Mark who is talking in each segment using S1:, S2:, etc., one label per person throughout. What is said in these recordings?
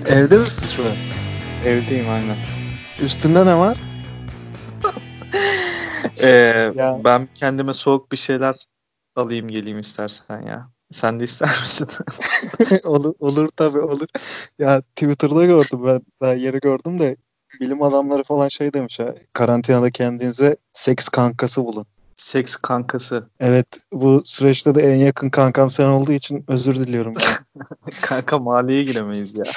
S1: Evde misin şu an?
S2: Evdeyim aynen.
S1: Üstünde ne var? Ya
S2: Ben kendime soğuk bir şeyler alayım geleyim istersen ya. Sen de ister misin?
S1: olur tabii olur. Ya Twitter'da gördüm ben. Daha yeri gördüm de bilim adamları falan şey demiş ha. Karantinada kendinize seks kankası bulun.
S2: Seks kankası.
S1: Evet, bu süreçte de en yakın kankam sen olduğu için özür diliyorum şu an.
S2: Kanka mahalleye giremeyiz ya.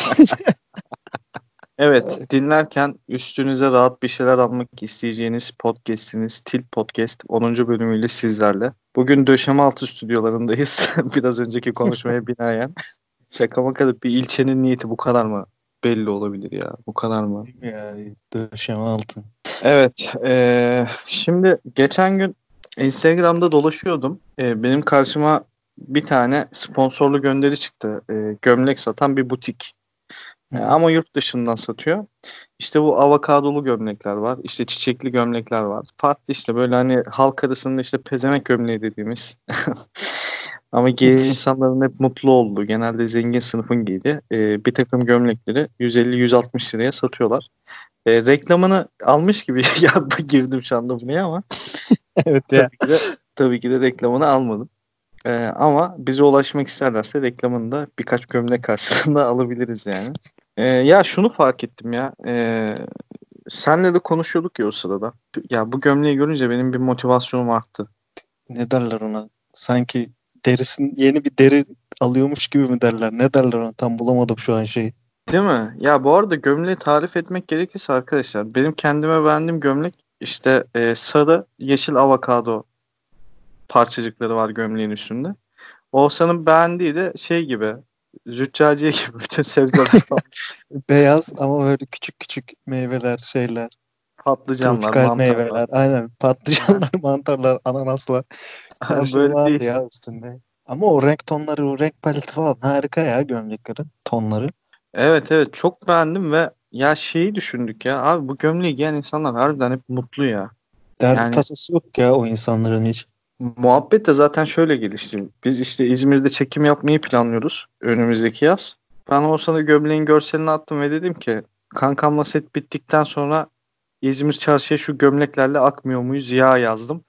S2: Evet, dinlerken üstünüze rahat bir şeyler almak isteyeceğiniz podcast'iniz Til Podcast 10. bölümüyle sizlerle. Bugün Döşemealtı stüdyolarındayız. Biraz önceki konuşmaya binaen. Şaka maka da bir ilçenin niyeti bu kadar mı belli olabilir ya? Bu kadar mı?
S1: Değil mi ya? Döşeme altı.
S2: Evet, şimdi geçen gün Instagram'da dolaşıyordum. Benim karşıma bir tane sponsorlu gönderi çıktı. Gömlek satan bir butik.
S1: Hı hı.
S2: Ama yurt dışından satıyor. İşte bu avokadolu gömlekler var. İşte çiçekli gömlekler var. Farklı işte böyle hani halk arasında işte pezevenk gömleği dediğimiz. Ama giyen insanların hep mutlu olduğu, genelde zengin sınıfın giydiği bir takım gömlekleri 150-160 liraya satıyorlar. Reklamını almış gibi ya girdim şu anda buraya ama
S1: Evet ya.
S2: tabii ki de reklamını almadım. Ama bize ulaşmak isterlerse reklamını da birkaç gömlek karşılığında alabiliriz yani. Ya şunu fark ettim ya. Senle de konuşuyorduk ya o sırada. Ya bu gömleği görünce benim bir motivasyonum arttı.
S1: Ne derler ona? Sanki yeni bir deri alıyormuş gibi mi derler? Ne derler ona? Tam bulamadım şu an şeyi.
S2: Değil mi? Ya bu arada gömleği tarif etmek gerekirse arkadaşlar benim kendime beğendiğim gömlek işte sarı yeşil avokado parçacıkları var gömleğin üstünde. Oğuzhan'ın beğendiği de şey gibi züccaciye gibi bütün sebzeler falan.
S1: Beyaz ama böyle küçük küçük meyveler, şeyler,
S2: Patlıcanlar,
S1: tropikal
S2: mantarlar.
S1: meyveler, aynen
S2: Aha.
S1: patlıcanlar, mantarlar, ananaslar her
S2: Aha,
S1: şey
S2: böyle
S1: vardı
S2: değişik.
S1: ya üstünde. Ama o renk tonları, o renk paleti falan harika ya gömleklerin tonları.
S2: Evet evet çok beğendim ve ya şeyi düşündük ya abi bu gömleği giyen insanlar harbiden hep mutlu ya.
S1: Derdi
S2: Yani
S1: tasası yok ya o insanların hiç.
S2: muhabbet de zaten şöyle gelişti. Biz işte İzmir'de çekim yapmayı planlıyoruz önümüzdeki yaz. Ben o sana gömleğin görselini attım ve dedim ki kankamla set bittikten sonra İzmir çarşıya şu gömleklerle akmıyor muyuz ya yazdım.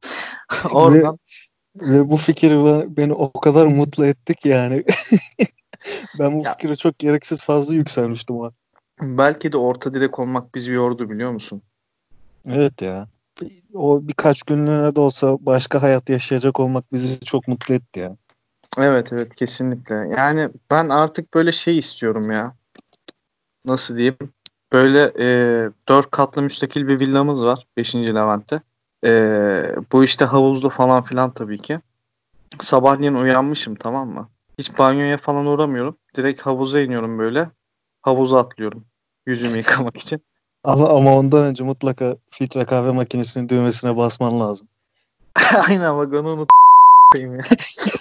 S1: Ve
S2: Oradan
S1: ve bu fikir beni o kadar mutlu etti ki yani. Ben bu
S2: ya
S1: fikre çok gereksiz fazla yükselmiştim o an.
S2: belki de orta direk olmak bizi yordu biliyor musun?
S1: Evet ya. O birkaç günlüğüne de olsa başka hayat yaşayacak olmak bizi çok mutlu etti ya.
S2: Evet evet kesinlikle. Yani ben artık böyle şey istiyorum ya. Nasıl diyeyim? Böyle 4 katlı müstakil bir villamız var 5. Levent'te. Bu işte havuzlu falan filan tabii ki. Sabahleyin uyanmışım tamam mı? Hiç banyoya falan uğramıyorum. Direkt havuza iniyorum böyle. Havuza atlıyorum. Yüzümü yıkamak için.
S1: Ama ondan önce mutlaka filtre kahve makinesinin düğmesine basman lazım.
S2: Aynen bak onu unutmayayım ya.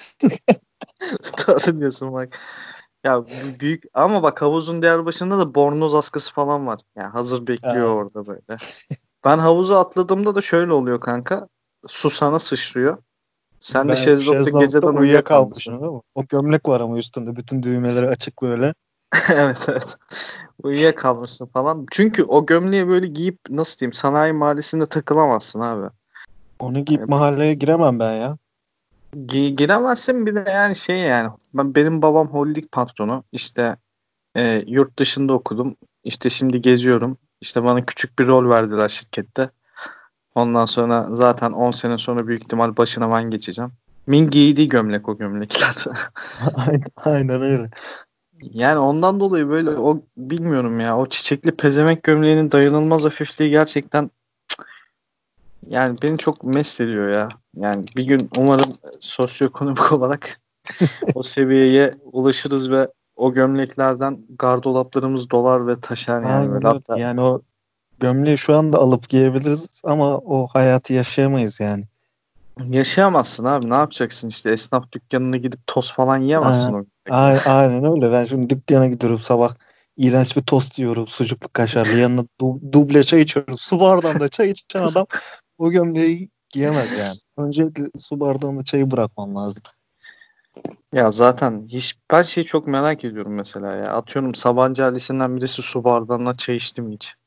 S2: Doğru diyorsun bak. Ya bu büyük ama bak havuzun diğer başında da bornoz askısı falan var. Yani hazır bekliyor
S1: Aa,
S2: orada böyle. Ben havuza atladığımda da şöyle oluyor kanka. Su sana sıçrıyor. Sen de
S1: ben
S2: şezlongda
S1: şezlongda
S2: geceden uyuyakalmışsın.
S1: uyuyakalmışım değil mi? O gömlek var ama üstünde bütün düğmeleri açık böyle.
S2: Evet evet. Uyuyakalmışsın falan. Çünkü o gömleği böyle giyip nasıl diyeyim sanayi mahallesinde takılamazsın abi.
S1: Onu giyip
S2: Yani
S1: mahalleye giremem ben ya.
S2: giremezsin bir de yani şey yani. Benim babam holding patronu. İşte yurt dışında okudum. İşte şimdi geziyorum. İşte bana küçük bir rol verdiler şirkette. Ondan sonra zaten 10 sene sonra büyük ihtimal başına ben geçeceğim. Min giydiği gömlek o gömlekler.
S1: Aynen öyle.
S2: Yani ondan dolayı böyle o bilmiyorum ya o çiçekli pezevenk gömleğinin dayanılmaz hafifliği gerçekten yani beni çok mest ediyor ya. Yani bir gün umarım sosyoekonomik olarak o seviyeye ulaşırız ve o gömleklerden gardolaplarımız dolar ve taşar yani
S1: Aynen
S2: böyle
S1: öyle.
S2: hatta
S1: Yani o gömleği şu anda alıp giyebiliriz ama o hayatı yaşayamayız yani.
S2: yaşayamazsın abi ne yapacaksın işte esnaf dükkanına gidip toz falan yiyemezsin
S1: Aa,
S2: o gömlekle.
S1: aynen öyle. Ben şimdi dükkana gidiyorum sabah. İğrenç bir tost yiyorum. Sucuklu kaşarlı. Yanına duble çay içiyorum. Su bardağında çay içen adam o gömleği giyemez yani. Öncelikle su bardağında çayı bırakmam lazım.
S2: Ya zaten ben şeyi çok merak ediyorum mesela ya. Atıyorum Sabancı ailesinden birisi su bardağına çay içti mi hiç?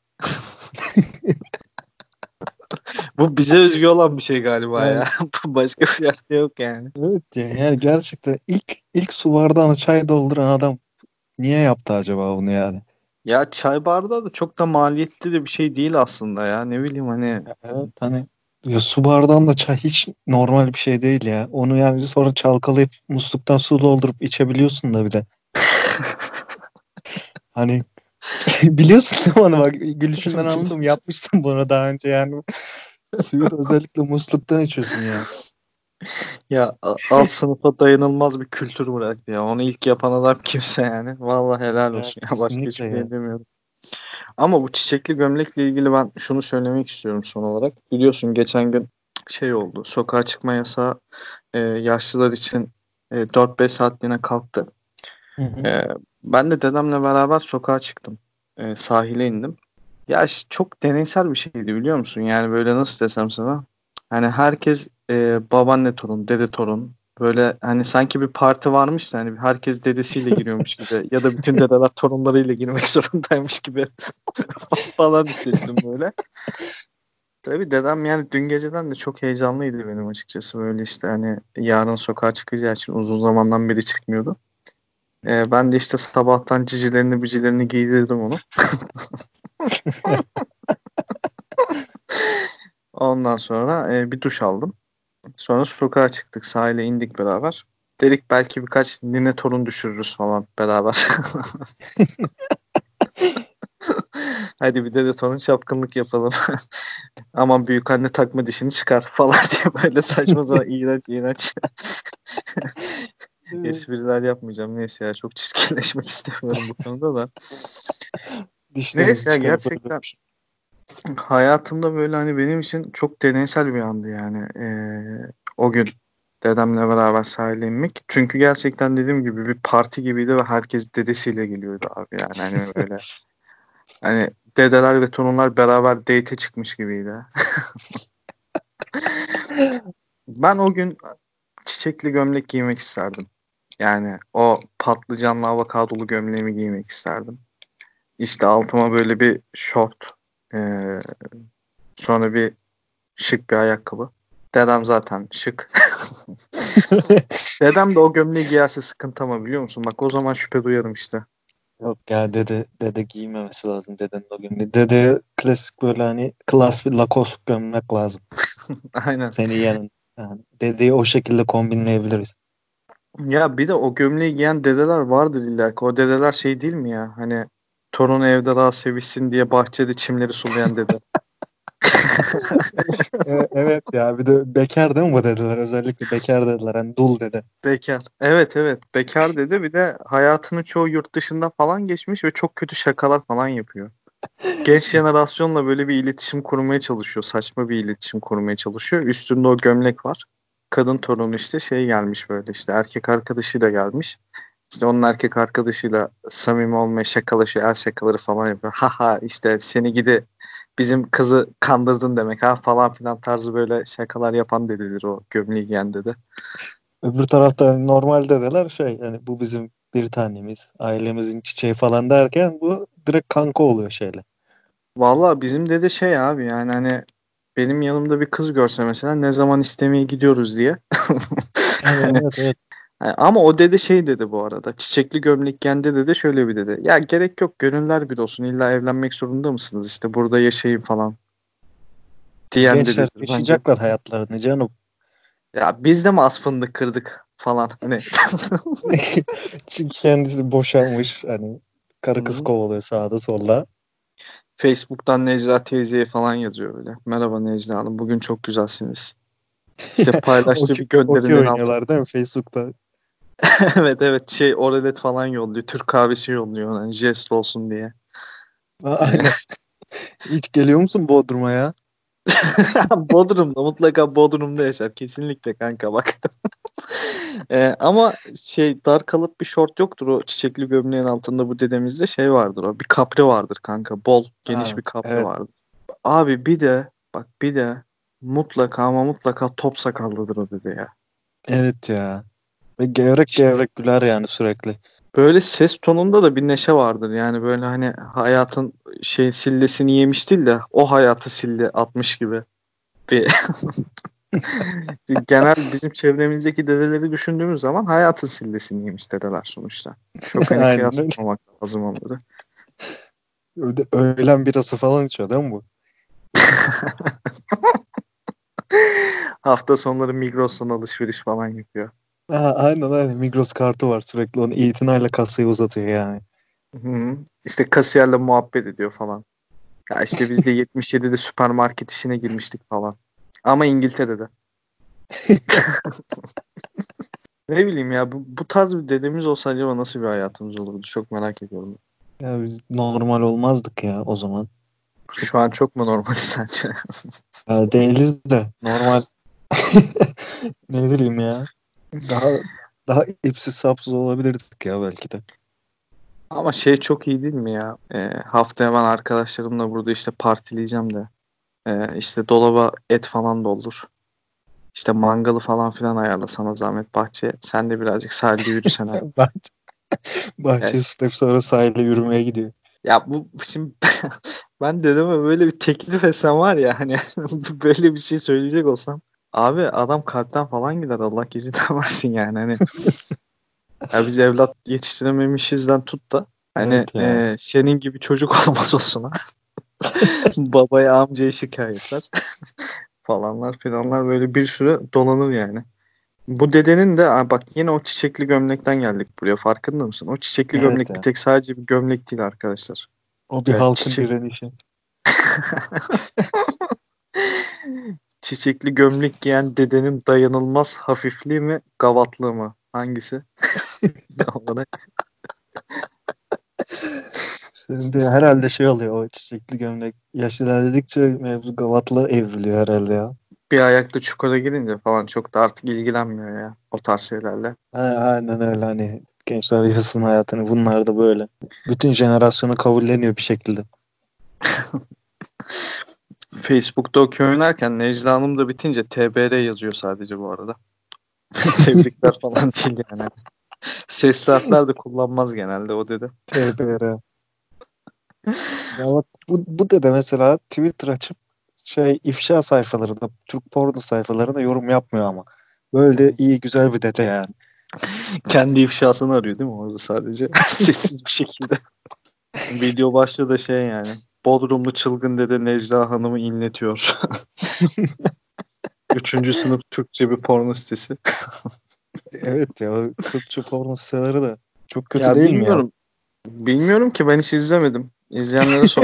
S2: Bu bize özgü olan bir şey galiba ya.
S1: Yani
S2: Başka bir yerde yok yani.
S1: evet ya, yani gerçekten ilk su bardağına çay dolduran adam niye yaptı acaba bunu yani?
S2: Ya çay bardağı da çok da maliyetli de bir şey değil aslında ya. Ne bileyim hani.
S1: Evet hani ya su bardağında çay hiç normal bir şey değil ya. Onu yani sonra çalkalayıp musluktan su doldurup içebiliyorsun da bir de. Hani biliyorsun değil mi onu, bak gülüşünden anladım, yapmıştım bunu daha önce yani. Suyu da özellikle musluktan içiyorsun yani.
S2: Ya alt sınıfa dayanılmaz bir kültür bıraktı ya. Onu ilk yapan adam kimse yani. Vallahi helal
S1: Ya
S2: olsun ya. Başka
S1: kesinlikle
S2: hiçbir şey
S1: ya.
S2: demiyorum. Ama bu çiçekli gömlekle ilgili ben şunu söylemek istiyorum son olarak. Biliyorsun geçen gün şey oldu. Sokağa çıkma yasağı yaşlılar için 4-5 saatliğine kalktı.
S1: Hı hı.
S2: E, Ben de dedemle beraber sokağa çıktım. Sahile indim. Ya çok deneysel bir şeydi biliyor musun? Yani böyle nasıl desem sana. Hani herkes babaanne torun, dede torun. Böyle hani sanki bir parti varmış da hani herkes dedesiyle giriyormuş gibi ya da bütün dedeler torunlarıyla girmek zorundaymış gibi falan hissettim böyle. Tabii dedem yani dün geceden de çok heyecanlıydı benim açıkçası böyle işte hani yarın sokağa çıkacağı için uzun zamandan beri çıkmıyordu. Ben de işte sabahtan cicilerini bicilerini giydirdim onu. Ondan sonra bir duş aldım. Sonra sokağa çıktık. Sahile indik beraber. Dedik belki birkaç nine torun düşürürüz falan beraber. Hadi bir de torun çapkınlık yapalım. Aman büyük anne takma dişini çıkar falan diye böyle saçma sapan iğrenç iğrenç espriler yapmayacağım. Neyse ya çok çirkinleşmek istemiyorum bu konuda da.
S1: Dişlerinizi
S2: Neyse ya
S1: çıkarıp
S2: gerçekten hayatımda böyle hani benim için çok deneysel bir andı yani. O gün dedemle beraber sahile inmek. Çünkü gerçekten dediğim gibi bir parti gibiydi ve herkes dedesiyle geliyordu abi yani hani böyle. Hani dedeler ve torunlar beraber date'e çıkmış gibiydi. Ben o gün çiçekli gömlek giymek isterdim. Yani o patlıcanlı avokadolu gömleğimi giymek isterdim. İşte altıma böyle bir şort, ee, sonra bir şık bir ayakkabı. Dedem zaten şık. Dedem de o gömleği giyerse sıkıntı ama biliyor musun? Bak o zaman şüphe duyarım işte.
S1: Yok ya, dede giymemesi lazım dedenin o gömleği. Dede klasik böyle hani klas bir Lacoste gömlek lazım.
S2: Aynen.
S1: Senin yanın. Yani dedeyi o şekilde kombinleyebiliriz.
S2: Ya bir de o gömleği giyen dedeler vardır illa ki. O dedeler şey değil mi ya? Hani torunu evde rahat sevişsin diye bahçede çimleri sulayan dede.
S1: Evet ya, bir de bekar değil mi bu dedeler, özellikle bekar dediler hani dul dede.
S2: Bekar. Evet evet. Bekar dede bir de hayatının çoğu yurt dışında falan geçmiş ve çok kötü şakalar falan yapıyor. Genç jenerasyonla böyle bir iletişim kurmaya çalışıyor. Saçma bir iletişim kurmaya çalışıyor. Üstünde o gömlek var. Kadın torunu işte şey gelmiş böyle işte erkek arkadaşıyla gelmiş. İşte onun erkek arkadaşıyla samimi olmaya şakalaşıyor. El şakaları falan yapıyor. Haha işte seni gidi bizim kızı kandırdın demek ha falan filan tarzı böyle şakalar yapan dededir o gömleği giyen dede.
S1: Öbür tarafta hani normal dedeler şey yani bu bizim bir tanemiz, ailemizin çiçeği falan derken bu direkt kanka oluyor şeyle.
S2: Vallahi bizim dede şey abi yani hani benim yanımda bir kız görse mesela ne zaman istemeye gidiyoruz diye. Hani
S1: Evet, evet.
S2: ama o dede şey dedi bu arada. Çiçekli gömlek giyen dede de şöyle bir dedi. Ya gerek yok gönüller bir olsun. İlla evlenmek zorunda mısınız? İşte burada yaşayın falan diyen
S1: Gençler
S2: dededir bence.
S1: yaşayacaklar hayatlarını canım.
S2: Ya biz de mi az fındık kırdık falan hani.
S1: Çünkü kendisi boşanmış hani,
S2: Hı
S1: karı kız
S2: hı.
S1: kovalıyor sağda solda.
S2: Facebook'tan Necla teyzeye falan yazıyor böyle. Merhaba Necla Hanım bugün çok güzelsiniz. İşte paylaştığı bir
S1: Okey
S2: gönderinin altı.
S1: oynuyorlar değil mi Facebook'ta?
S2: Evet evet şey oralet falan yolluyor. Türk kahvesi yolluyor hani jest olsun diye. Ee,
S1: Aynen. Hiç geliyor musun Bodrum'a ya?
S2: Bodrum'da mutlaka Bodrum'da yaşar. Kesinlikle kanka bak. Ama şey dar kalıp bir şort yoktur o çiçekli gömleğin altında bu dedemizde şey vardır o. Bir kapri vardır kanka. Bol geniş
S1: Ha,
S2: bir kapri
S1: evet.
S2: vardır. Abi bir de bak bir de mutlaka ama mutlaka top sakallıdır o dede ya.
S1: Evet ya. Ve gevrek gevrek güler yani sürekli.
S2: Böyle ses tonunda da bir neşe vardır. Yani böyle hani hayatın sillesini yemiş değil de o hayatı sille atmış gibi. Bir genel bizim çevremizdeki dedeleri düşündüğümüz zaman hayatın sillesini yemiş dedeler sonuçta. Çok hani
S1: Aynen öyle.
S2: kıyaslamamak lazım onları.
S1: Öğlen birası falan içiyor değil mi bu?
S2: Hafta sonları Migros'tan alışveriş falan yapıyor.
S1: Aynen aynen. Migros kartı var sürekli. Onu itinayla kasayı uzatıyor yani.
S2: Hı. İşte kasiyerle muhabbet ediyor falan. Ya işte biz de 77'de süpermarket işine girmiştik falan. Ama İngiltere'de. Ne bileyim ya bu tarz bir dedemiz olsa acaba nasıl bir hayatımız olurdu? Çok merak ediyorum.
S1: Ya biz normal olmazdık ya o zaman. Çok
S2: Şu an çok mu normal sence?
S1: ya değiliz de normal ne bileyim ya. Daha daha ipsiz sapsız olabilirdik ya belki de.
S2: Ama şey çok iyi değil mi ya? Haftaya ben arkadaşlarımla burada işte partileyeceğim de. İşte dolaba et falan doldur. İşte mangalı falan filan ayarla sana zahmet bahçeye. Sen de birazcık sahilde yürüsene.
S1: Bah
S2: Ya,
S1: bahçeye süsleyip sonra sahile yürümeye gidiyor.
S2: ya bu şimdi ben dedeme böyle bir teklif etsem var ya hani böyle bir şey söyleyecek olsam. Abi adam kalpten falan gider Allah gecinden versin yani. Hani ya biz evlat yetiştirememişizden tut da hani
S1: Evet ya.
S2: senin gibi çocuk olmaz olsun ha. Babaya amcaya şikayetler falanlar filanlar böyle bir sürü dolanır yani. Bu dedenin de bak yine o çiçekli gömlekten geldik buraya farkında mısın? O çiçekli
S1: Evet
S2: gömlek bir
S1: ya.
S2: tek sadece bir gömlek değil arkadaşlar.
S1: O bir halkın
S2: Çiçek
S1: direnişi.
S2: çiçekli gömlek giyen dedenin dayanılmaz hafifliği mi gavatlığı mı? Hangisi? Olarak.
S1: Şimdi herhalde şey oluyor o çiçekli gömlek. Yaş ilerledikçe mevzu gavatla evriliyor herhalde ya.
S2: Bir ayakta çukura girince falan çok da artık ilgilenmiyor ya o tarz şeylerle.
S1: Aynen öyle hani gençler yaşasın hayatını bunlar da böyle. Bütün jenerasyonu kabulleniyor bir şekilde.
S2: Facebook'ta okey oynarken Necla Hanım da bitince TBR yazıyor sadece bu arada. Tebrikler falan değil yani. Sesli harfler de kullanmaz genelde o dedi.
S1: TBR. Ya bak bu dede mesela Twitter açıp şey ifşa sayfalarında Türk porno sayfalarında yorum yapmıyor ama. Böyle iyi güzel bir dede yani.
S2: Kendi ifşasını arıyor değil mi orada sadece? Sessiz bir şekilde. Video başlığı da şey yani. Bodrumlu çılgın dede Necla Hanım'ı inletiyor. Üçüncü sınıf Türkçe bir porno sitesi.
S1: Evet ya o Türkçe porno siteleri de çok kötü
S2: Ya
S1: değil mi ya?
S2: bilmiyorum. Bilmiyorum ki ben hiç izlemedim. İzleyenlere sor.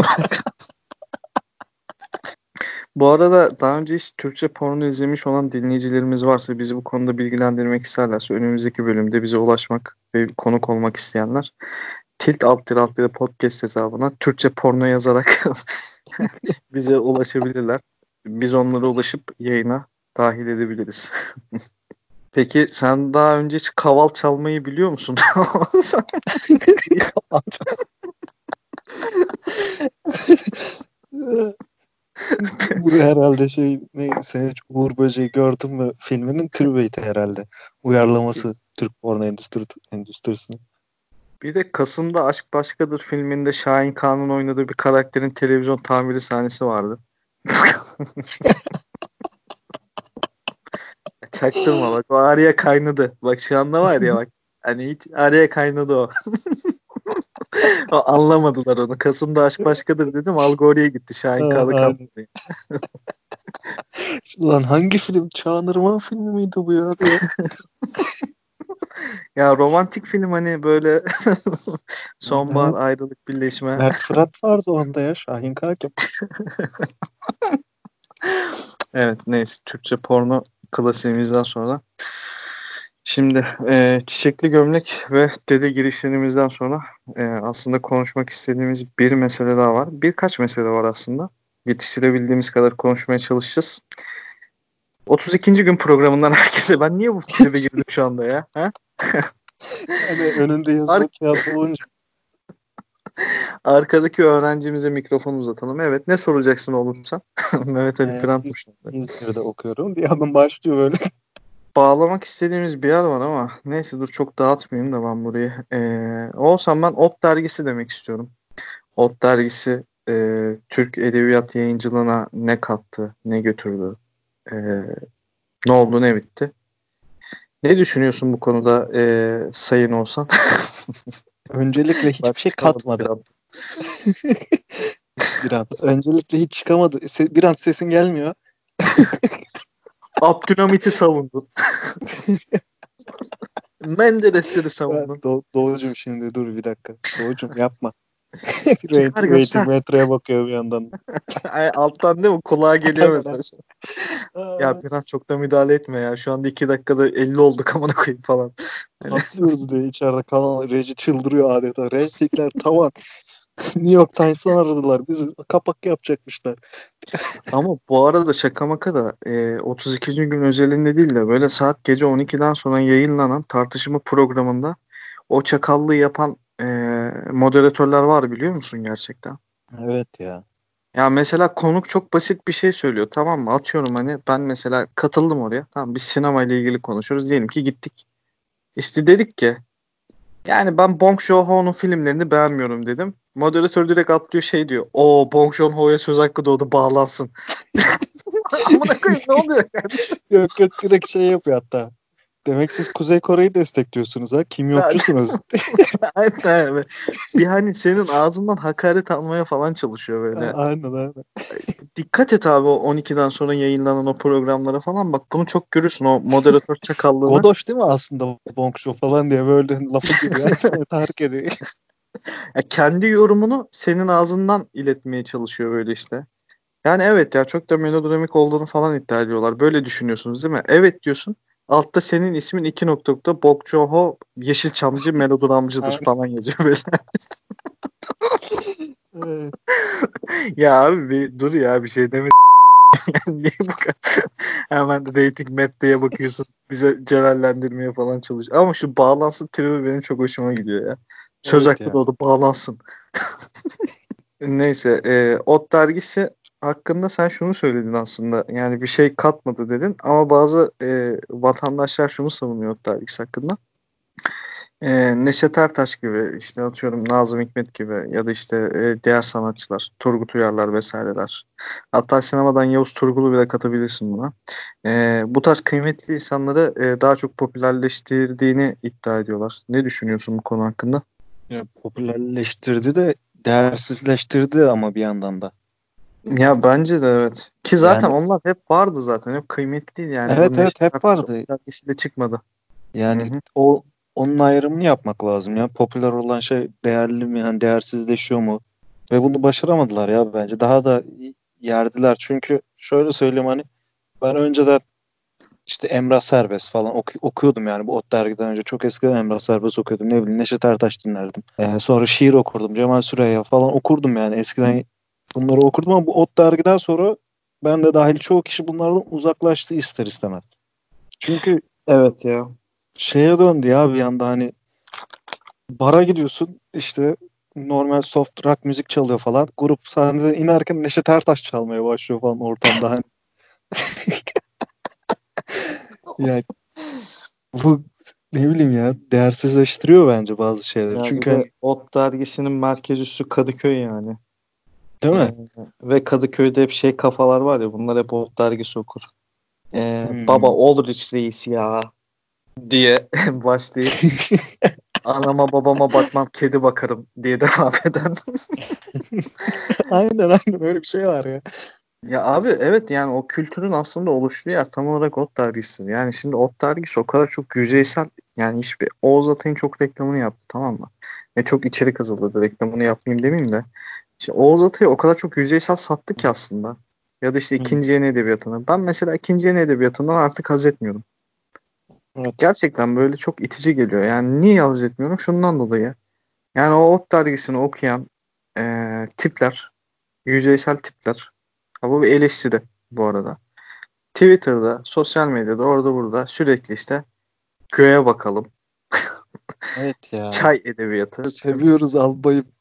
S2: Bu arada daha önce hiç Türkçe porno izlemiş olan dinleyicilerimiz varsa bizi bu konuda bilgilendirmek isterlerse önümüzdeki bölümde bize ulaşmak ve konuk olmak isteyenler Tilt alt podcast hesabına Türkçe porno yazarak bize ulaşabilirler. Biz onlara ulaşıp yayına dahil edebiliriz. Peki sen daha önce hiç kaval çalmayı biliyor musun?
S1: Bu herhalde şey ne sen hiç Uğur Böceği gördün mü filminin clickbait'i herhalde. Uyarlaması Türk porno endüstrisine.
S2: Bir de Kasım'da Aşk Başkadır filminde Şahin Kağan'ın oynadığı bir karakterin televizyon tamiri sahnesi vardı. Çaktırma bak o araya kaynadı. Bak şu anda var ya bak. Hani hiç araya kaynadı o. O anlamadılar onu. Kasım'da Aşk Başkadır dedim. Algı oraya gitti. Şahin Kağan'ı
S1: Aynen.
S2: kaptı.
S1: Ulan hangi film? Çağan Irmak'ın filmi miydi bu ya diye.
S2: Ya romantik film hani böyle sonbahar
S1: Evet.
S2: ayrılık birleşme.
S1: Mert Fırat vardı onda ya. Şahin Kakem.
S2: Evet neyse Türkçe porno klasiğimizden sonra. Şimdi çiçekli gömlek ve dede girişlerimizden sonra aslında konuşmak istediğimiz bir mesele daha var. Birkaç mesele var aslında. Yetiştirebildiğimiz kadar konuşmaya çalışacağız. 32. gün programından herkese ben niye bu tribe girdim şu anda ya? Ha?
S1: Yani önünde yazılı kağıt olunca
S2: Arkadaki öğrencimize mikrofon uzatalım. Evet ne soracaksın oğlum sen? Mehmet Ali Pırant'mış.
S1: İzmir'de okuyorum. Bir adam başlıyor böyle.
S2: bağlamak istediğimiz bir yer var ama neyse dur çok dağıtmayayım da ben burayı. Olsam ben Ot dergisi demek istiyorum. Ot dergisi Türk edebiyat yayıncılığına ne kattı, ne götürdü, e, ne oldu, ne bitti. Ne düşünüyorsun bu konuda Sayın Oğuzhan?
S1: Öncelikle
S2: Ben
S1: hiçbir şey
S2: çıkamadım bir
S1: katmadı.
S2: an.
S1: Bir an. Öncelikle hiç çıkamadı. Bir an sesin gelmiyor.
S2: Abdülhamit'i savundun. Menderesleri
S1: Ya,
S2: savundun.
S1: Doğucum şimdi dur bir dakika. Doğucum yapma.
S2: Çıkar
S1: Rating
S2: göster.
S1: metroya bakıyor bir yandan.
S2: Ay, alttan değil mi? Kulağa geliyor
S1: Aynen.
S2: mesaj. Ya
S1: Aa,
S2: biraz çok da müdahale etme ya. Şu anda 2 dakikada 50 olduk amına koyayım falan. Hani
S1: patlıyoruz diye içeride kalan reji çıldırıyor adeta. Reytingler tavan. New York Times'tan aradılar. Bizi kapak yapacakmışlar.
S2: ama bu arada şaka maka da 32. gün özelinde değil de böyle saat gece 12'den sonra yayınlanan tartışma programında o çakallığı yapan moderatörler var biliyor musun gerçekten?
S1: Evet ya.
S2: Ya mesela konuk çok basit bir şey söylüyor tamam mı? Atıyorum hani ben mesela katıldım oraya. Tamam biz sinema ile ilgili konuşuyoruz. Diyelim ki gittik. İşte dedik ki yani ben Bong Joon-ho'nun filmlerini beğenmiyorum dedim. Moderatör direkt atlıyor şey diyor. O Bong Joon-ho'ya söz hakkı doğdu bağlansın. Amına koyayım ne oluyor yani?
S1: Yok yok direkt şey yapıyor hatta. Demek siz Kuzey Kore'yi destekliyorsunuz ha? Kim
S2: Ben-
S1: yokçusunuz?
S2: Aynen öyle. Bir hani senin ağzından hakaret almaya falan çalışıyor böyle.
S1: Aynen aynen.
S2: Dikkat et abi o 12'den sonra yayınlanan o programlara falan bak bunu çok görürsün o moderatör çakallığını.
S1: Godoş değil mi aslında Bong Joon falan diye böyle lafı giriyor. Seni tahrik ediyor.
S2: Ya kendi yorumunu senin ağzından iletmeye çalışıyor böyle işte. Yani evet ya çok da melodramik olduğunu falan iddia ediyorlar. Böyle düşünüyorsunuz değil mi? Evet diyorsun. Altta senin ismin 2 nokta Bok Joon-ho Yeşilçamcı melodramcıdır
S1: Aynen.
S2: falan yazıyor böyle.
S1: Evet.
S2: Ya abi bir dur ya bir şey deme. Niye bu kadar? Hemen rating Mette'ye bakıyorsun. Bize celallendirmeye falan çalışıyor. Ama şu bağlansın tribi benim çok hoşuma gidiyor ya. Söz
S1: Evet
S2: hakkı
S1: ya.
S2: doğdu bağlansın. Neyse Ot dergisi hakkında sen şunu söyledin aslında. Yani bir şey katmadı dedin. Ama bazı vatandaşlar şunu savunuyor Ot dergisi hakkında. Neşet Ertaş gibi işte atıyorum Nazım Hikmet gibi ya da işte diğer sanatçılar Turgut Uyarlar vesaireler. Hatta sinemadan Yavuz Turgul'u bile katabilirsin buna. Bu tarz kıymetli insanları daha çok popülerleştirdiğini iddia ediyorlar. Ne düşünüyorsun bu konu hakkında?
S1: Ya, popülerleştirdi de değersizleştirdi ama bir yandan da.
S2: Ya bence de evet. Ki zaten
S1: Yani
S2: onlar hep vardı zaten. Hep kıymetli yani. Bu
S1: evet
S2: Neşet
S1: evet hep
S2: Ertaş
S1: vardı.
S2: dergisiyle çıkmadı. Hı
S1: Yani
S2: hı.
S1: onun ayrımını yapmak lazım ya. Popüler olan şey değerli mi, yani değersizleşiyor mu? Ve bunu başaramadılar ya bence. Daha da yerdiler. Çünkü şöyle söyleyeyim hani ben önceden işte Emrah Serbest falan okuyordum yani bu Ot dergiden önce. Çok eskiden Emrah Serbest okuyordum. Ne bileyim Neşet Ertaş dinlerdim. Sonra şiir okurdum. Cemal Süreyya falan okurdum yani. Eskiden bunları okurdum ama bu Ot dergiden sonra ben de dahil çoğu kişi bunlardan uzaklaştı ister istemez. Çünkü
S2: Evet ya.
S1: şeye döndü ya bir anda hani bara gidiyorsun işte normal soft rock müzik çalıyor falan. Grup sahneden inerken Neşet Ertaş çalmaya başlıyor falan ortamda hani. Yani bu ne bileyim ya değersizleştiriyor bence bazı şeyleri.
S2: Ya bir
S1: Çünkü
S2: de
S1: hani
S2: Ot dergisinin merkez üssü Kadıköy yani.
S1: değil mi?
S2: Ee, ve Kadıköy'de hep şey kafalar var ya bunlar hep Ot dergisi okur. Baba
S1: Hmm.
S2: Aldrich Reis ya diye başlayıp anama babama bakmam kedi bakarım diye devam eden.
S1: Aynen aynen öyle bir şey var ya.
S2: Ya abi evet yani o kültürün aslında oluştuğu yer tam olarak Ot dergisi. Yani şimdi Ot dergisi o kadar çok yüzeysel yani hiçbir Oğuz Atay'ın çok reklamını yaptı tamam mı? Ve çok içerik hazırladı reklamını yapmayayım demeyeyim de. İşte Oğuz Atay'ı o kadar çok yüzeysel sattı ki aslında. Ya da işte
S1: Hı.
S2: ikinci yeni edebiyatını. Ben mesela ikinci yeni edebiyatından artık haz etmiyorum.
S1: Evet.
S2: Gerçekten böyle çok itici geliyor. Yani niye haz etmiyorum? Şundan dolayı. Yani o Ot dergisini okuyan tipler, yüzeysel tipler. Ha, bu bir eleştiri bu arada. Twitter'da, sosyal medyada, orada burada sürekli işte göğe bakalım.
S1: Evet ya.
S2: Çay edebiyatı.
S1: Seviyoruz albayı.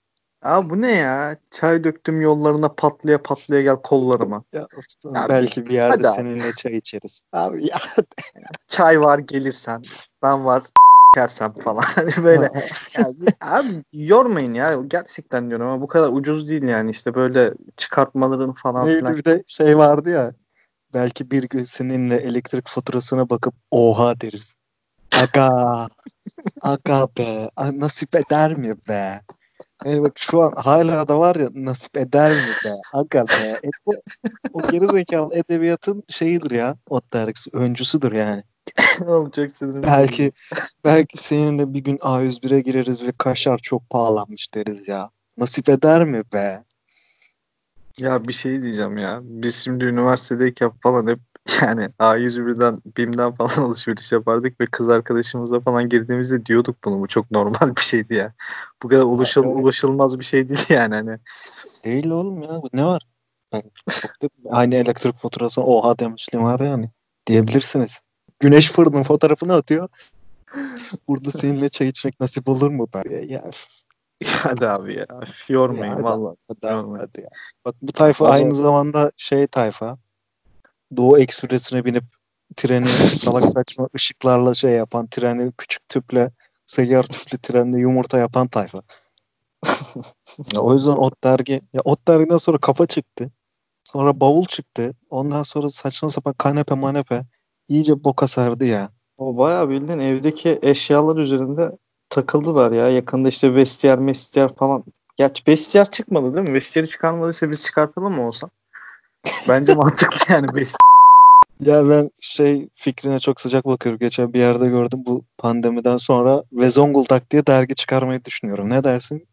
S2: Abi bu ne ya? Çay döktüm yollarına patlaya patlaya gel kollarıma.
S1: Ya,
S2: Abi
S1: belki bir yerde
S2: hadi abi.
S1: seninle çay içeriz. Abi ya.
S2: Çay var gelirsen. Ben var kersem falan. Hani böyle. Yani, abi yormayın ya. Gerçekten diyorum ama bu kadar ucuz değil yani. İşte böyle çıkartmaların falan filan.
S1: Neydi bir de şey vardı ya. Belki bir gün seninle elektrik faturasına bakıp oha deriz. Aga, aga be. Nasip eder mi be? Yani bak şu an hala da var ya nasip eder mi be? Aga be. O gerizekalı edebiyatın şeyidir ya. O dergisi öncüsüdür yani.
S2: Oğlum çok sinirim
S1: Belki
S2: bozuldu.
S1: belki seninle bir gün A101'e gireriz ve kaşar çok pahalanmış deriz ya. Nasip eder mi be?
S2: Ya bir şey diyeceğim ya. Biz şimdi üniversitedeyken falan hep yani A101'den, BİM'den falan alışveriş yapardık ve kız arkadaşımızla falan girdiğimizde diyorduk bunu. Bu çok normal bir şeydi ya. Bu kadar
S1: Ya evet,
S2: ulaşılmaz bir şey değil yani hani.
S1: değil oğlum ya. Bu ne var? Ben çok da aynı elektrik faturasına oha demişliğim var yani. Diyebilirsiniz. Güneş fırının fotoğrafını atıyor. Burada seninle çay içmek nasip olur mu be? Ya,
S2: Hadi abi ya. Üf,
S1: ya
S2: yormayın
S1: hadi,
S2: vallahi.
S1: hadi, abi,
S2: Yormayın.
S1: hadi ya. Bak bu tayfa
S2: O
S1: aynı
S2: zaman
S1: zamanda şey tayfa. Doğu Ekspresi'ne binip treni salak saçma ışıklarla şey yapan, treni küçük tüple, seyyar tüplü trenle yumurta yapan tayfa. Ya o yüzden Ot dergiden sonra kafa çıktı. Sonra bavul çıktı. Ondan sonra saçma sapan kanepe manepe. İyice boka sardı ya.
S2: o bayağı bildiğin evdeki eşyalar üzerinde takıldılar ya. Yakında işte vestiyer mestiyer falan. Gerçi vestiyer çıkmadı değil mi? Vestiyeri çıkarmadıysa biz çıkartalım mı olsa? Bence mantıklı yani vestiyer.
S1: Ya ben şey fikrine çok sıcak bakıyorum. Geçen bir yerde gördüm bu pandemiden sonra ve Zonguldak diye dergi çıkarmayı düşünüyorum. Ne dersin?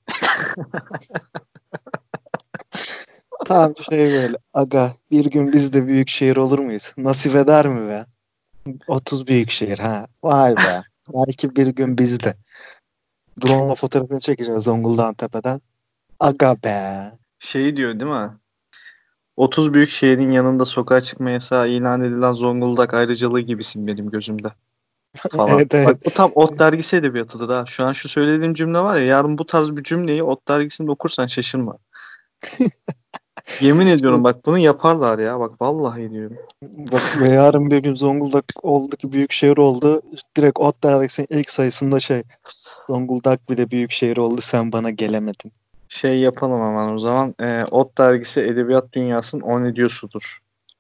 S1: Tam şey böyle. Aga bir gün biz de büyük şehir olur muyuz? Nasip eder mi be? 30 büyük şehir ha. Vay be. Belki bir gün biz de. Drone'la fotoğrafını çekeceğiz Zonguldak'ın tepeden. Aga be.
S2: Şey diyor değil mi? 30 büyük şehrin yanında sokağa çıkma yasağı ilan edilen Zonguldak ayrıcalığı gibisin benim gözümde falan.
S1: Evet, evet.
S2: Bak bu tam Ot dergisi edebiyatıdır ha. Şu an şu söylediğim cümle var ya yarın bu tarz bir cümleyi Ot dergisinde okursan şaşırma. Yemin ediyorum bak bunu yaparlar ya. Bak vallahi diyorum.
S1: Bak ve yarın bir gün Zonguldak oldu ki büyük şehir oldu. Direkt Ot Dergisi'nin ilk sayısında şey Zonguldak bile büyük şehir oldu sen bana gelemedin.
S2: Şey yapalım hemen o zaman. Ot dergisi edebiyat dünyasının 10 ediyorsudur.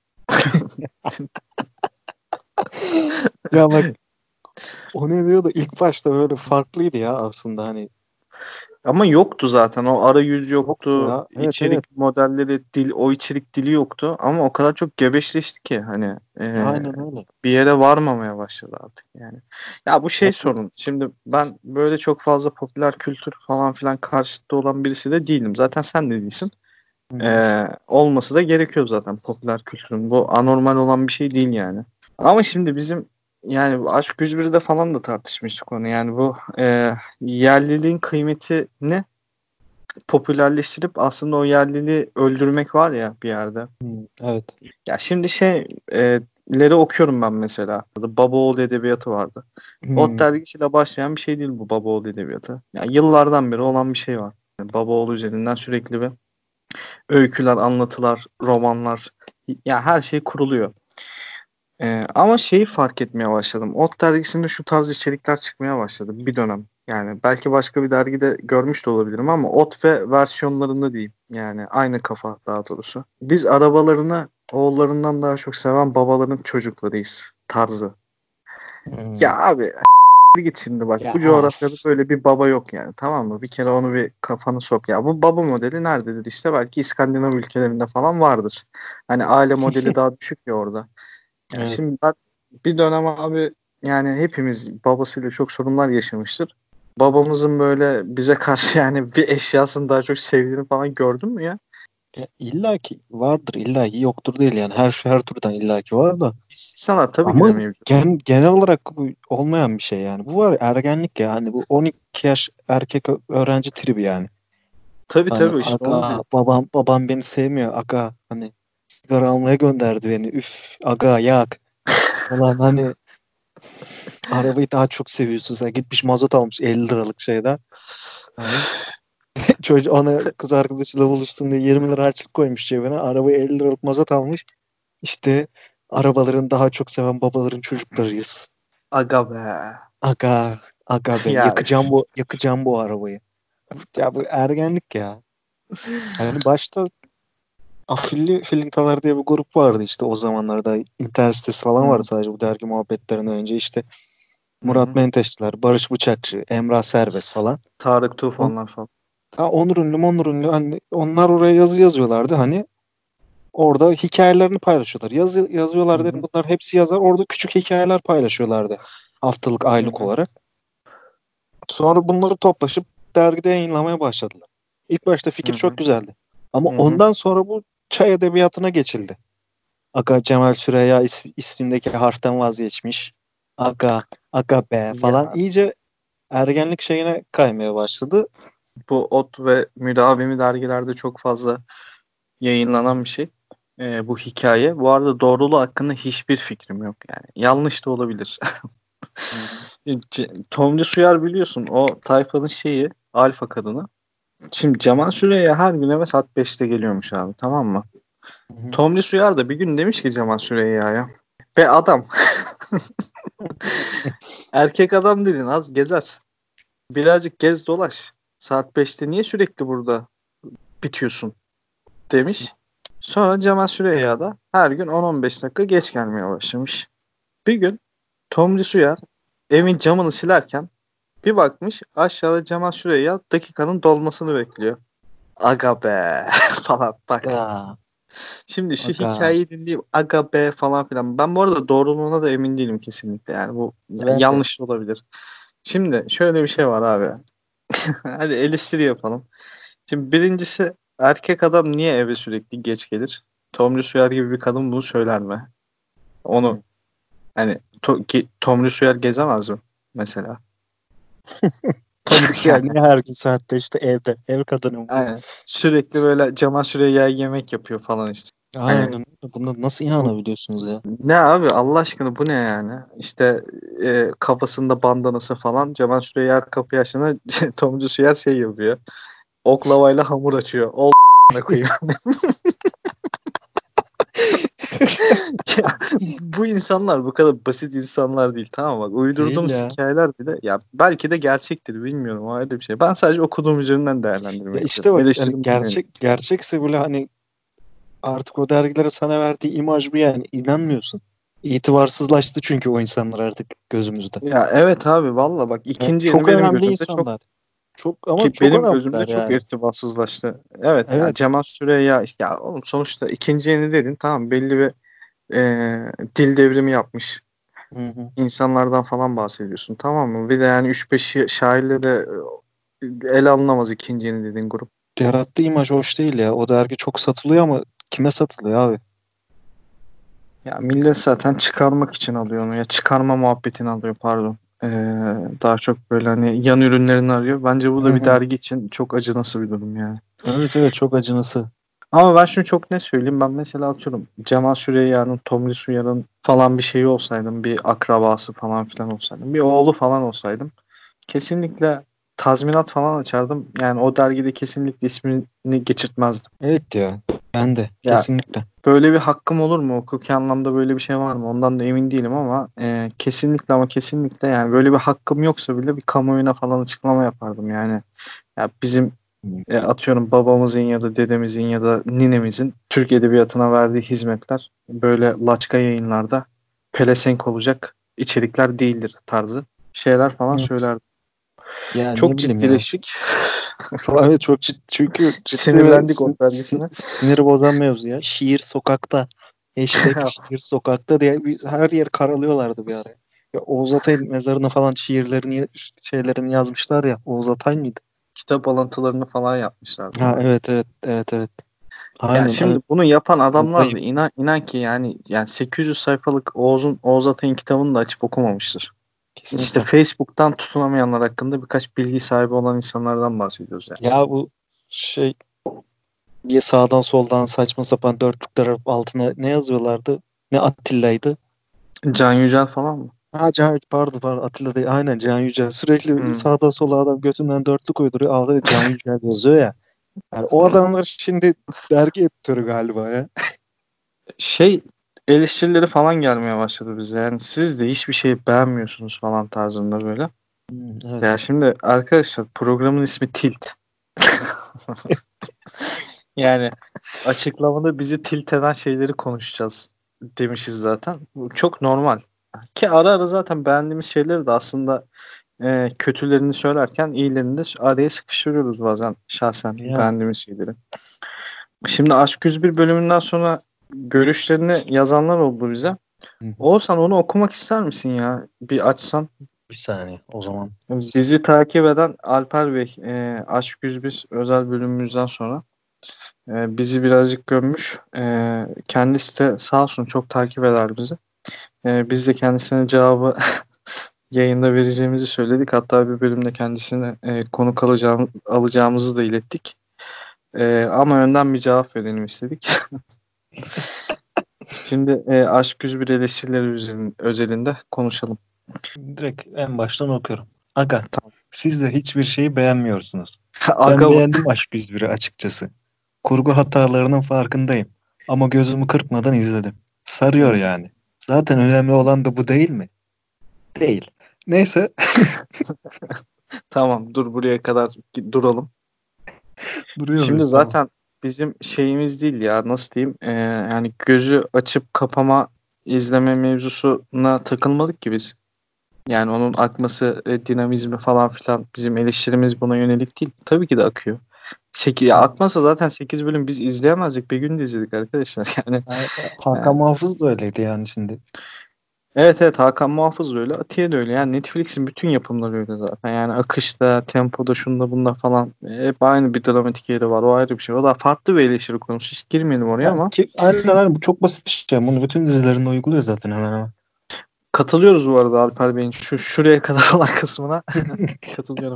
S1: Ya bak o ne diyor da ilk başta böyle farklıydı ya aslında hani
S2: Ama yoktu zaten. O arayüz
S1: yoktu
S2: yoktu.
S1: ya. Evet, evet.
S2: İçerik modelleri, o içerik dili yoktu. Ama o kadar çok gebeşleşti ki hani
S1: Aynen öyle.
S2: bir yere varmamaya başladı artık yani. Ya bu şey
S1: Ya bu
S2: sorun. Şimdi ben böyle çok fazla popüler kültür falan filan karşıtı olan birisi de değilim. Zaten sen de değilsin.
S1: Hı hı.
S2: Olması da gerekiyor zaten popüler kültürün. Bu anormal olan bir şey değil yani. Ama şimdi bizim yani bu Aşk 101'de falan da tartışmıştık onu. Yani bu yerliliğin kıymetini popülerleştirip aslında o yerliliği öldürmek var ya bir yerde.
S1: Evet.
S2: Ya şimdi leri okuyorum ben mesela. Baba oğul edebiyatı vardı. Ot
S1: Hı.
S2: dergisiyle başlayan bir şey değil bu baba oğul edebiyatı. Ya yıllardan beri olan bir şey var. Yani baba oğul üzerinden sürekli bir öyküler, anlatılar, romanlar ya her şey kuruluyor. Ama şeyi fark etmeye başladım. Ot dergisinde şu tarz içerikler çıkmaya başladı bir dönem. Yani belki başka bir dergide görmüş de olabilirim ama Ot ve versiyonlarında diyeyim. Yani aynı kafa daha doğrusu. Biz arabalarını oğullarından daha çok seven babaların çocuklarıyız tarzı.
S1: Hı.
S2: Ya abi git şimdi bak
S1: Ya
S2: bu coğrafyada
S1: of.
S2: böyle bir baba yok yani tamam mı? Bir kere onu bir kafanı sok ya. Bu baba modeli nerededir işte belki İskandinav ülkelerinde falan vardır. Hani aile modeli daha düşük ya orada. Ya
S1: Evet.
S2: şimdi ben bir dönem abi yani hepimiz babasıyla çok sorunlar yaşamıştır. Babamızın böyle bize karşı yani bir eşyasını daha çok sevdiğini falan gördün mü ya?
S1: Ya illa ki vardır illa ki yoktur değil yani her türden illa ki var da.
S2: İstisnalar tabii ki
S1: Ama
S2: de mevcut.
S1: genel olarak bu olmayan bir şey yani. Bu var ergenlik ya. Hani bu 12 yaş erkek öğrenci tribi yani.
S2: Tabii
S1: Hani
S2: tabii işte onu
S1: aga
S2: diyorum.
S1: babam beni sevmiyor aga hani sigara almaya gönderdi beni. Üf aga yak falan hani arabayı daha çok seviyorsun sen. Gitmiş mazot almış 50 liralık şeyden. Hani. Çocuk ona kız arkadaşıyla buluştuğunda 20 lira harçlık koymuş cebine. Arabayı 50 liralık mazot almış. İşte arabaların daha çok seven babaların çocuklarıyız.
S2: Aga be.
S1: Aga, aga be.
S2: Ya
S1: Yakacağım bu arabayı. Ya bu ergenlik ya. Yani başta Afilli Filintalar diye bir grup vardı işte o zamanlarda. İnternet sitesi falan vardı
S2: Hı
S1: sadece bu dergi muhabbetlerinden önce. İşte Murat
S2: hı.
S1: Menteşçiler, Barış Bıçakçı, Emrah Serbest falan.
S2: Tarık
S1: On,
S2: Tufanlar falan.
S1: Onur Ünlü hani onlar oraya yazı yazıyorlardı hani orada hikayelerini paylaşıyorlar.
S2: Hı
S1: Yazıyorlar dedim
S2: hı.
S1: bunlar hepsi yazar. Orada küçük hikayeler paylaşıyorlardı haftalık
S2: Hı
S1: aylık
S2: hı.
S1: olarak. Sonra bunları toplaşıp dergide yayınlamaya başladılar. İlk başta
S2: Hı
S1: fikir çok
S2: hı.
S1: güzeldi. Ama
S2: Hı hı.
S1: ondan sonra bu çay edebiyatına geçildi. Aga Cemal Süreya ismindeki harften vazgeçmiş. Aga, aga be falan.
S2: Ya
S1: İyice ergenlik şeyine kaymaya başladı.
S2: bu Ot ve Müdavimi dergilerde çok fazla yayınlanan bir şey. Bu hikaye. Bu arada doğruluğu hakkında hiçbir fikrim yok yani. Yanlış da olabilir.
S1: Hı hı.
S2: Tomris Suyar biliyorsun o tayfanın şeyi alfa kadını. Şimdi Cemal Süreya her gün eve saat 5'te geliyormuş abi, tamam mı?
S1: Hı hı.
S2: Tomris Uyar da bir gün demiş ki Cemal Süreyya'ya, be adam, erkek adam dedin, az gezer. Birazcık gez dolaş. Saat 5'te niye sürekli burada bitiyorsun demiş. Sonra Cemal Süreyya da her gün 10-15 dakika geç gelmeye başlamış. Bir gün Tomris Uyar evin camını silerken bir bakmış aşağıda Cemal Süreyya dakikanın dolmasını bekliyor. Aga be falan bak.
S1: Aga,
S2: Şimdi şu
S1: aga.
S2: hikayeyi dinleyip aga be falan filan. Ben bu arada doğruluğuna da emin değilim kesinlikle. Yani bu
S1: Ben de.
S2: yanlış da olabilir. Şimdi şöyle bir şey var abi. Hadi eleştiri yapalım. Şimdi birincisi, erkek adam niye eve sürekli geç gelir? Tomris Suyar gibi bir kadın bunu söyler mi? Onu
S1: Hı.
S2: hani Tomris Suyar gezemez mi mesela?
S1: Tomris
S2: Yani,
S1: yani her gün saatte işte evde. Ev kadını bu.
S2: yani sürekli böyle Cemal Süreyya yemek yapıyor falan işte. Hani
S1: Aynen. Buna nasıl
S2: bu
S1: inanabiliyorsunuz ya?
S2: ne abi, Allah aşkına bu ne yani? İşte kafasında bandanası falan, Cemal Süreyya kapıyı açtığında Tomcu Süyer şey yapıyor. Oklavayla hamur açıyor. Ol koyayım. Ya, bu insanlar bu kadar basit insanlar değil, tamam mı? Bak,
S1: Değil
S2: uydurduğumuz
S1: ya.
S2: hikayeler bile ya belki de gerçektir, bilmiyorum, o ayrı bir şey. Ben sadece okuduğum üzerinden
S1: Ya
S2: değerlendirme
S1: işte
S2: yapıyorum.
S1: bak hani
S2: Eleştirimi dinliyorum.
S1: gerçekse bile hani artık o dergilere sana verdiği imaj bu yani. İnanmıyorsun. İtibarsızlaştı çünkü o insanlar artık gözümüzde.
S2: Ya evet abi, valla bak,
S1: Yani
S2: ikinci yeni
S1: çok
S2: benim
S1: önemli
S2: gözümde çok
S1: insanlar. Çok ama
S2: ki
S1: çok
S2: benim gözümde
S1: önemliler
S2: çok
S1: yani.
S2: irtibatsızlaştı. Evet ya,
S1: Evet.
S2: Cemal Süreyya ya oğlum, sonuçta ikinci yeni dedin, tamam, belli bir dil devrimi yapmış
S1: Hı hı.
S2: insanlardan falan bahsediyorsun, tamam mı? Bir de yani 3-5 şairle de ele alınamaz ikinci yeni dediğin grup.
S1: Yarattığı imaj hoş değil ya. O dergi çok satılıyor ama kime satılıyor abi?
S2: Ya millet zaten çıkarmak için alıyor onu, ya çıkarma muhabbetini alıyor, pardon. Ee, Daha çok böyle hani yan ürünlerini arıyor. Bence bu
S1: Hı
S2: da bir
S1: hı.
S2: dergi için çok acınası bir durum yani.
S1: Evet evet çok acınası.
S2: Ama ben şimdi çok ne söyleyeyim, ben mesela atıyorum Cemal Süreyya'nın, Tomris Uyar'ın falan bir şeyi olsaydım, bir akrabası falan filan olsaydım, bir oğlu falan olsaydım, kesinlikle tazminat falan açardım. Yani o dergide kesinlikle ismini geçirtmezdim.
S1: Evet ya. Ben de
S2: Ya
S1: kesinlikle.
S2: böyle bir hakkım olur mu? Hukuki anlamda böyle bir şey var mı? Ondan da emin değilim ama kesinlikle ama kesinlikle, yani böyle bir hakkım yoksa bile bir kamuoyuna falan açıklama yapardım yani. Ya bizim
S1: Hı.
S2: atıyorum babamızın ya da dedemizin ya da ninemizin Türk edebiyatına verdiği hizmetler böyle laçka yayınlarda pelesenk olacak içerikler değildir tarzı şeyler falan
S1: Evet.
S2: söylerdim.
S1: Ya
S2: Çok
S1: ne bileyim ya.
S2: ciddileştik.
S1: Evet çok ciddi çünkü ciddi ve
S2: Sinirlendik o dergisine.
S1: siniri bozan mevzu ya. Şiir sokakta. Hashtag şiir sokakta diye her yer karalıyorlardı bir ara. Ya Oğuz Atay'ın mezarına falan şeylerini yazmışlar ya. Oğuz Atay mıydı?
S2: Kitap alıntılarını falan yapmışlar, değil
S1: Ha
S2: mi?
S1: evet evet evet evet.
S2: Ya
S1: Aynen
S2: şimdi
S1: evet.
S2: bunu yapan
S1: Bu
S2: adamlar da
S1: ayıp.
S2: inan ki yani 800 sayfalık Oğuz Atay'ın kitabını da açıp okumamıştır. İşte
S1: Kesinlikle.
S2: Facebook'tan tutunamayanlar hakkında birkaç bilgi sahibi olan insanlardan bahsediyoruz yani.
S1: Ya bu şey diye sağdan soldan saçma sapan dörtlükler altına ne yazıyorlardı? Ne Atilla'ydı?
S2: Can Yücel falan mı?
S1: Ha pardon Atilla değil. Aynen Can Yücel. Sürekli
S2: Hmm.
S1: sağda sola adam götünden dörtlük uyduruyor. Altında Can Yücel yazıyor ya. Yani o adamlar şimdi dergi editörü galiba ya.
S2: Şey eleştirileri falan gelmeye başladı bize. Yani siz de hiçbir şey beğenmiyorsunuz falan tarzında böyle. Ya
S1: Evet.
S2: şimdi arkadaşlar programın ismi Tilt. Yani açıklamada bizi tilt eden şeyleri konuşacağız demişiz zaten. Bu çok normal. Ki ara ara zaten beğendiğimiz şeyleri de aslında kötülerini söylerken iyilerini de araya sıkıştırıyoruz bazen şahsen
S1: Yani.
S2: beğendiğimiz şeyleri. Şimdi Aşk 101 bölümünden sonra görüşlerini yazanlar oldu bize.
S1: Hı hı.
S2: Oğuzhan onu okumak ister misin ya? Bir açsan.
S1: Bir saniye o zaman.
S2: Bizi takip eden Alper Bey, Aşk 101 özel bölümümüzden sonra bizi birazcık gömmüş. Kendisi de sağ olsun çok takip eder bizi. Biz de kendisine cevabı yayında vereceğimizi söyledik. Hatta bir bölümde kendisine konuk alacağımızı da ilettik. Ama önden bir cevap verelim istedik. Şimdi Aşk 101 eleştirileri özelinde konuşalım.
S1: Direkt en baştan okuyorum. Aga, siz de hiçbir şeyi beğenmiyorsunuz.
S2: Aga
S1: Ben
S2: mı?
S1: beğendim Aşk 101'i açıkçası. Kurgu hatalarının farkındayım. Ama gözümü kırpmadan izledim. Sarıyor yani. Zaten önemli olan da bu değil mi? Değil. Neyse.
S2: Tamam dur buraya kadar duralım.
S1: Duruyor
S2: Şimdi
S1: muyuz? Tamam.
S2: zaten bizim şeyimiz değil ya nasıl diyeyim yani gözü açıp kapama izleme mevzusuna takılmadık ki biz. Yani onun akması dinamizmi falan filan bizim eleştirimiz buna yönelik değil. Tabii ki de akıyor. Ya akmasa zaten 8 bölüm biz izleyemezdik. Bir gün de izledik arkadaşlar. Yani
S1: Ha-
S2: e,
S1: Hakan Muhafız da öyleydi yani şimdi.
S2: evet evet Hakan Muhafız da öyle. Atiye de öyle. Yani Netflix'in bütün yapımları öyle zaten. Yani akışta, tempoda, şunda bunda falan hep aynı bir dramatik yeri var. O ayrı bir şey. O da farklı bir eleştiri konusu. Hiç girmeyelim oraya
S1: Ha,
S2: ama
S1: aynen bu çok basit bir şey. Bunu bütün dizilerinde uyguluyor zaten hemen hemen.
S2: katılıyoruz bu arada Alper Bey'in şuraya kadar olan kısmına katılıyorum.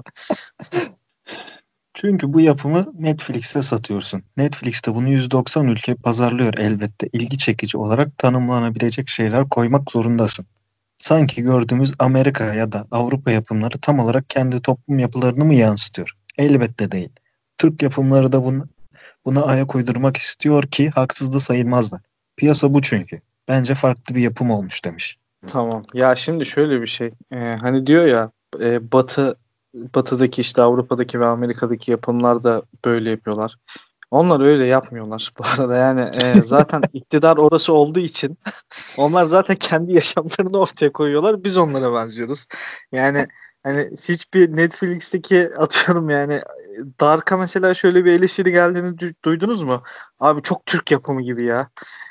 S1: Çünkü bu yapımı Netflix'e satıyorsun. Netflix de bunu 190 ülke pazarlıyor elbette. İlgi çekici olarak tanımlanabilecek şeyler koymak zorundasın. Sanki gördüğümüz Amerika ya da Avrupa yapımları tam olarak kendi toplum yapılarını mı yansıtıyor? Elbette değil. Türk yapımları da buna ayak uydurmak istiyor ki haksız da sayılmazlar. Piyasa bu çünkü. Bence farklı bir yapım olmuş demiş.
S2: Tamam. Ya şimdi şöyle bir şey. Hani diyor ya batıdaki işte Avrupa'daki ve Amerika'daki yapımlar da böyle yapıyorlar. Onlar öyle yapmıyorlar bu arada. Yani zaten iktidar orası olduğu için onlar zaten kendi yaşamlarını ortaya koyuyorlar. Biz onlara benziyoruz. Yani hani hiçbir Netflix'teki atıyorum yani Dark'a mesela şöyle bir eleştiri geldiğini duydunuz mu? Abi çok Türk yapımı gibi ya.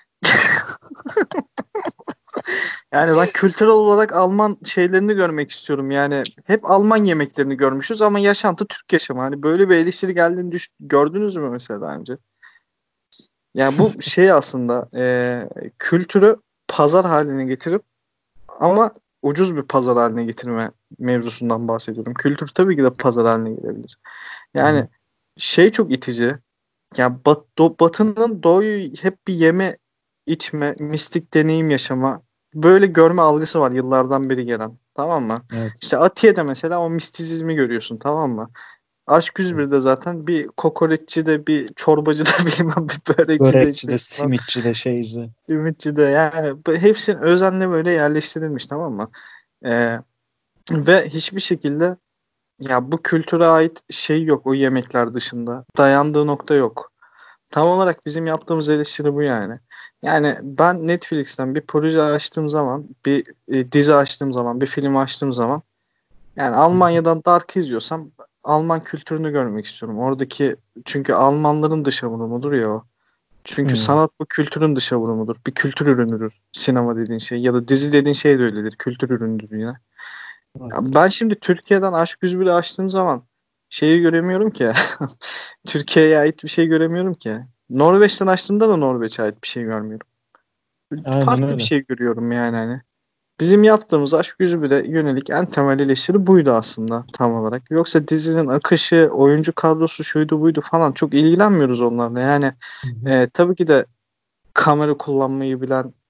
S2: Yani ben kültürel olarak Alman şeylerini görmek istiyorum. Yani hep Alman yemeklerini görmüşüz ama yaşantı Türk yaşamı. Hani böyle bir eleştiri geldiğini gördünüz mü mesela daha önce? Yani bu şey aslında kültürü pazar haline getirip ama ucuz bir pazar haline getirme mevzusundan bahsediyorum. Kültür tabii ki de pazar haline gelebilir.
S1: Hı hı.
S2: Yani şey çok itici. Yani Batı'nın doğuyu hep bir yeme, içme, mistik deneyim yaşama böyle görme algısı var yıllardan beri gelen. Tamam mı?
S1: Evet.
S2: İşte Atiye'de mesela o mistisizmi görüyorsun tamam mı? Aşk 101'de zaten bir kokoreççi de bir çorbacı da bilmem bir börekçi de
S1: Börekçi
S2: işte
S1: de, simitçi de, şeyci.
S2: ümitçi de yani hepsinin özenle böyle yerleştirilmiş tamam mı? Ee, ve hiçbir şekilde ya bu kültüre ait şey yok o yemekler dışında. Dayandığı nokta yok. Tam olarak bizim yaptığımız eleştiri bu yani. Yani ben Netflix'ten bir proje açtığım zaman, bir dizi açtığım zaman, bir film açtığım zaman yani
S1: Hı hı.
S2: Almanya'dan Dark izliyorsam Alman kültürünü görmek istiyorum. Oradaki çünkü Almanların dışa vurumudur ya o. Çünkü
S1: Hmm.
S2: sanat bu kültürün dışa vurumudur. Bir kültür ürünüdür. Sinema dediğin şey ya da dizi dediğin şey de öyledir. Kültür ürünüdür yine. Ya
S1: Evet.
S2: ben şimdi Türkiye'den Aşk 101'i açtığım zaman şeyi göremiyorum ki. Türkiye'ye ait bir şey göremiyorum ki. Norveç'ten açtığımda da Norveç'e ait bir şey görmüyorum.
S1: Aynen
S2: Farklı bir
S1: öyle.
S2: şey görüyorum yani hani. Bizim yaptığımız Aşk 101'e yönelik en temel eleştiri buydu aslında tam olarak. Yoksa dizinin akışı, oyuncu kadrosu şuydu buydu falan çok ilgilenmiyoruz onlarla. Yani
S1: Hı hı.
S2: tabii ki de kamera kullanmayı bilen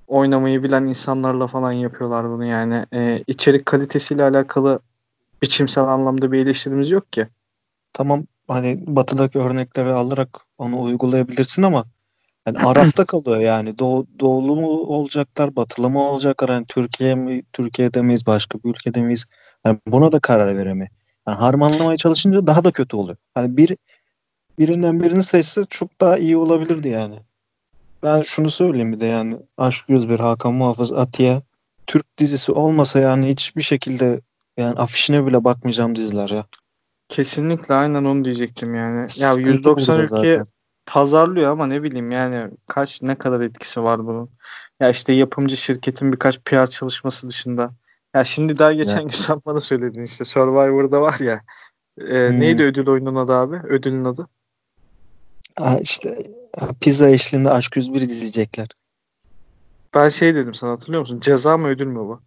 S2: oynamayı bilen insanlarla falan yapıyorlar bunu yani. İçerik kalitesiyle alakalı biçimsel anlamda bir eleştirimiz yok ki.
S1: Tamam, hani batıdaki örnekleri alarak onu uygulayabilirsin ama yani Araf'ta kalıyor yani. Doğulu mu olacaklar, batılı mı olacaklar? Hani Türkiye'de miyiz, başka bir ülkede miyiz? Yani buna da karar veremiyor. Yani harmanlamaya çalışınca daha da kötü oluyor. Hani birinden birini seçse çok daha iyi olabilirdi yani. Ben şunu söyleyeyim bir de, yani Aşk 101, Hakan Muhafız, Atiye Türk dizisi olmasa yani hiçbir şekilde yani afişine bile bakmayacağım diziler ya.
S2: Kesinlikle aynen onu diyecektim yani. Ya
S1: Sıkıntı
S2: 190
S1: burada
S2: ülke
S1: zaten.
S2: pazarlıyor ama ne bileyim yani ne kadar etkisi var bunun. Ya işte yapımcı şirketin birkaç PR çalışması dışında. Ya şimdi daha
S1: Ya.
S2: geçen gün sen bana söyledin işte Survivor'da var ya.
S1: Hmm.
S2: Neydi ödül oyunun adı abi? Ödülün adı.
S1: İşte pizza eşliğinde Aşk 101 izleyecekler.
S2: Ben şey dedim sana hatırlıyor musun? Ceza mı ödül mü bu?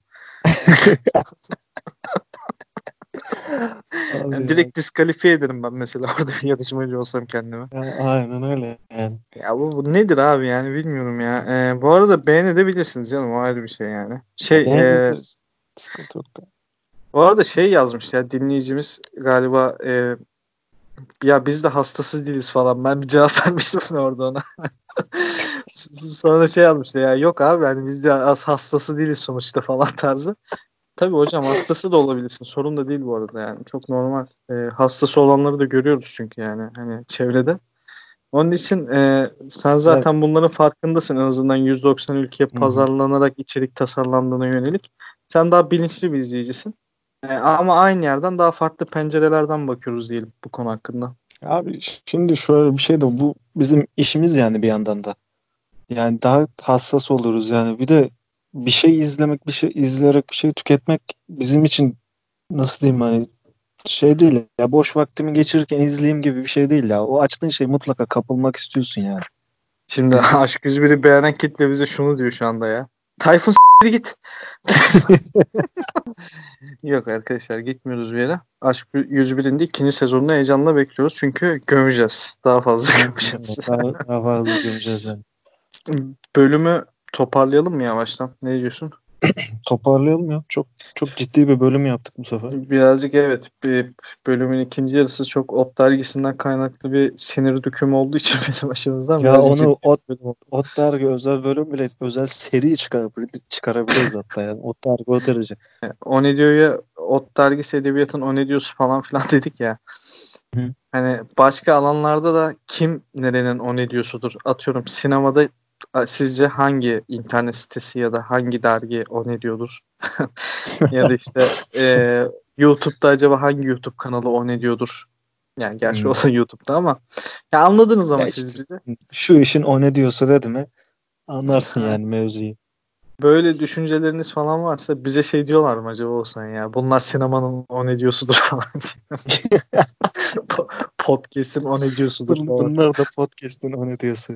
S1: Abi
S2: Yani
S1: ya.
S2: direkt diskalifiye ederim ben mesela orada bir yarışmacı olsam kendime.
S1: Ya aynen öyle yani.
S2: Ya bu nedir abi yani bilmiyorum ya. Bu arada beğenebilirsiniz canım o ayrı bir şey yani.
S1: Beğenebiliriz. Sıkıntı yok.
S2: Bu arada şey yazmış ya dinleyicimiz galiba ya biz de hastası değiliz falan. Ben bir cevap vermiştim orada ona. Sonra şey yazmıştı ya yok abi yani biz de az hastası değiliz sonuçta falan tarzı. Tabii hocam hastası da olabilirsin. Sorun da değil bu arada yani. Çok normal. Hastası olanları da görüyoruz çünkü yani hani çevrede. Onun için sen
S1: Ya,
S2: zaten bunların farkındasın. En azından 190 ülkeye
S1: hı hı.
S2: pazarlanarak içerik tasarlandığına yönelik. Sen daha bilinçli bir izleyicisin. Ama aynı yerden daha farklı pencerelerden bakıyoruz diyelim bu konu hakkında.
S1: Abi şimdi şöyle bir şey de, bu bizim işimiz yani bir yandan da. Yani daha hassas oluruz yani. Bir de bir şey izlemek, bir şey izleyerek bir şey tüketmek bizim için, nasıl diyeyim, hani şey değil ya, boş vaktimi geçirirken izleyeyim gibi bir şey değil ya. O açtığın şey mutlaka kapılmak istiyorsun yani.
S2: Şimdi
S1: Biz
S2: Aşk 101'i beğenen kitle bize şunu diyor şu anda ya. Tayfun s**t git. Yok arkadaşlar gitmiyoruz bir yere. Aşk 101'in de ikinci sezonunu heyecanla bekliyoruz. Çünkü gömeceğiz. Daha fazla gömeceğiz.
S1: daha fazla gömeceğiz yani.
S2: Bölümü toparlayalım mı yavaştan? Ne diyorsun?
S1: Toparlayalım ya. Çok çok ciddi bir bölüm yaptık bu sefer.
S2: Birazcık evet. Bir bölümün ikinci yarısı çok Ot dergisinden kaynaklı bir sinir dökümü olduğu için bizim başımızdan
S1: Ya
S2: birazcık ciddi
S1: onu
S2: bir bölüm oldu.
S1: Ot dergi özel bölüm bile, özel seri çıkarabiliriz hatta yani. Ot dergi o derece.
S2: O ne diyor ya Ot dergisi edebiyatın o ne diyorsu falan filan dedik ya.
S1: Hı.
S2: Hani başka alanlarda da kim nerenin o ne diyorsudur. Atıyorum sinemada sizce hangi internet sitesi ya da hangi dergi o ne diyordur? Ya da işte YouTube'da acaba hangi YouTube kanalı o ne diyordur? Yani gerçi o
S1: Hmm.
S2: da YouTube'da ama ya anladınız
S1: Ya
S2: ama siz
S1: işte
S2: bizi.
S1: şu işin o ne diyorsa dedi mi anlarsın yani mevzuyu.
S2: Böyle düşünceleriniz falan varsa bize şey diyorlar mı acaba olsan ya bunlar sinemanın o ne diyorsudur falan diye. Podcast'in o ne diyorsudur falan.
S1: Bunlar da podcast'in o ne diyorsa.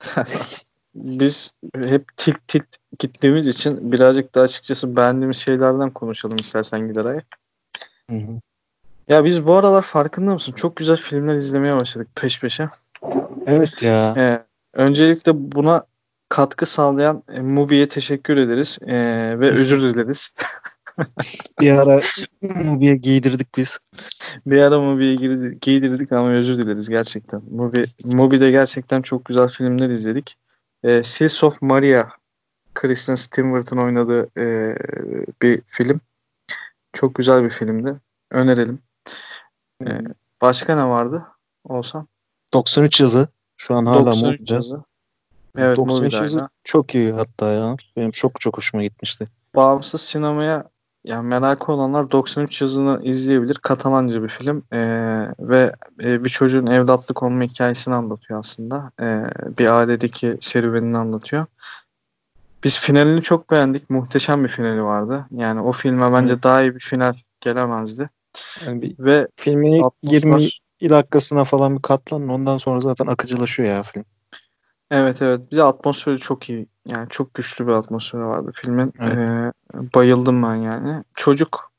S2: Biz hep tilt tilt gittiğimiz için birazcık da açıkçası beğendiğimiz şeylerden konuşalım istersen Gideray.
S1: Hı hı.
S2: Ya biz bu aralar farkında mısın? Çok güzel filmler izlemeye başladık peş peşe.
S1: Evet ya.
S2: Öncelikle buna katkı sağlayan Mubi'ye teşekkür ederiz ve özür
S1: Kesinlikle.
S2: dileriz.
S1: Bir ara Mubi'ye giydirdik biz.
S2: Bir ara Mubi'ye giydirdik ama özür dileriz gerçekten. Mubi'de gerçekten çok güzel filmler izledik. Seals of Maria, Kristen Stewart'ın oynadığı bir film. Çok güzel bir filmdi. Önerelim.
S1: Hı
S2: E,
S1: hı.
S2: Başka ne vardı? Olsan.
S1: 93 yazı. Şu an hala
S2: 93
S1: Mubi'de.
S2: yazı. Evet
S1: 93 yazı
S2: Mubi'de
S1: çok iyi hatta ya. Benim çok çok hoşuma gitmişti.
S2: bağımsız sinemaya yani merakı olanlar 93 yazını izleyebilir. Katalanca bir film ve bir çocuğun evlatlık olma hikayesini anlatıyor aslında. Bir ailedeki serüvenini anlatıyor. Biz finalini çok beğendik. Muhteşem bir finali vardı. Yani o filme
S1: Evet.
S2: bence daha iyi bir final gelemezdi.
S1: Yani bir
S2: Ve
S1: filmin ilk 20
S2: atmosfer
S1: dakikasına falan bir katlanın. Ondan sonra zaten akıcılaşıyor ya film.
S2: evet evet bir de atmosferi çok iyi. Yani çok güçlü bir atmosferi vardı filmin.
S1: Evet.
S2: Bayıldım ben yani. Çocuk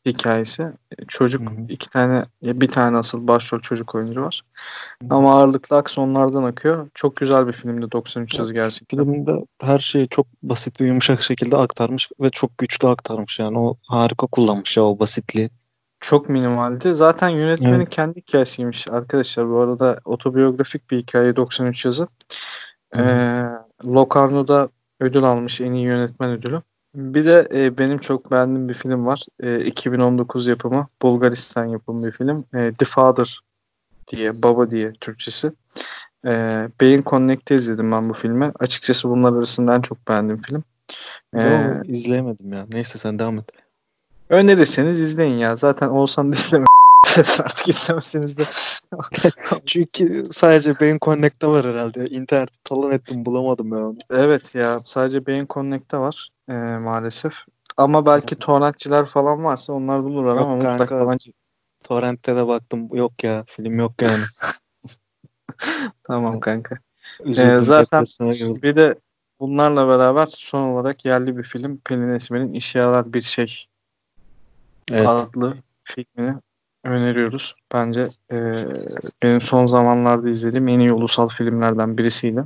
S2: hikayesi.
S1: Hı
S2: Çocuk
S1: hı.
S2: iki tane, bir tane asıl başrol çocuk oyuncu var.
S1: Hı hı.
S2: Ama ağırlıklı aksiyonlardan akıyor. Çok güzel bir filmdi 93
S1: Ya,
S2: yazı gerçekten.
S1: filmde her şeyi çok basit ve yumuşak şekilde aktarmış ve çok güçlü aktarmış yani o harika kullanmış ya o basitliği.
S2: Çok minimaldi. Zaten
S1: Evet.
S2: yönetmenin kendi hikayesiymiş arkadaşlar. Bu arada otobiyografik bir hikaye 93 yazı.
S1: Hı hı.
S2: Locarno'da ödül almış, en iyi yönetmen ödülü. Bir de benim çok beğendiğim bir film var. 2019 yapımı, Bulgaristan yapımı bir film. The Father diye, Baba diye Türkçesi. Beyin Connect'te izledim ben bu filmi. Açıkçası bunlar arasında en çok beğendiğim film.
S1: Yo,
S2: Ee,
S1: izleyemedim ya. Neyse sen devam et.
S2: Önerirseniz izleyin ya. Zaten olsan da izleme. Artık istemezseniz de.
S1: Çünkü sadece Beyin Connect'te var herhalde. İnternette talan ettim bulamadım ben onu.
S2: Evet ya, sadece Beyin Connect'te var maalesef. Ama belki torrentçiler falan varsa onlar bulurlar
S1: Yok
S2: ama mutlaka
S1: kanka,
S2: bence.
S1: torrent'te de baktım. Yok ya, film yok yani.
S2: Tamam
S1: Yani
S2: kanka.
S1: üzüldüm,
S2: Zaten
S1: depresyona girdim.
S2: bir de bunlarla beraber son olarak yerli bir film, Pelin Esmer'in İşe Yarar Bir Şey
S1: Evet.
S2: adlı filmini öneriyoruz. Bence benim son zamanlarda izlediğim en iyi ulusal filmlerden birisiydi.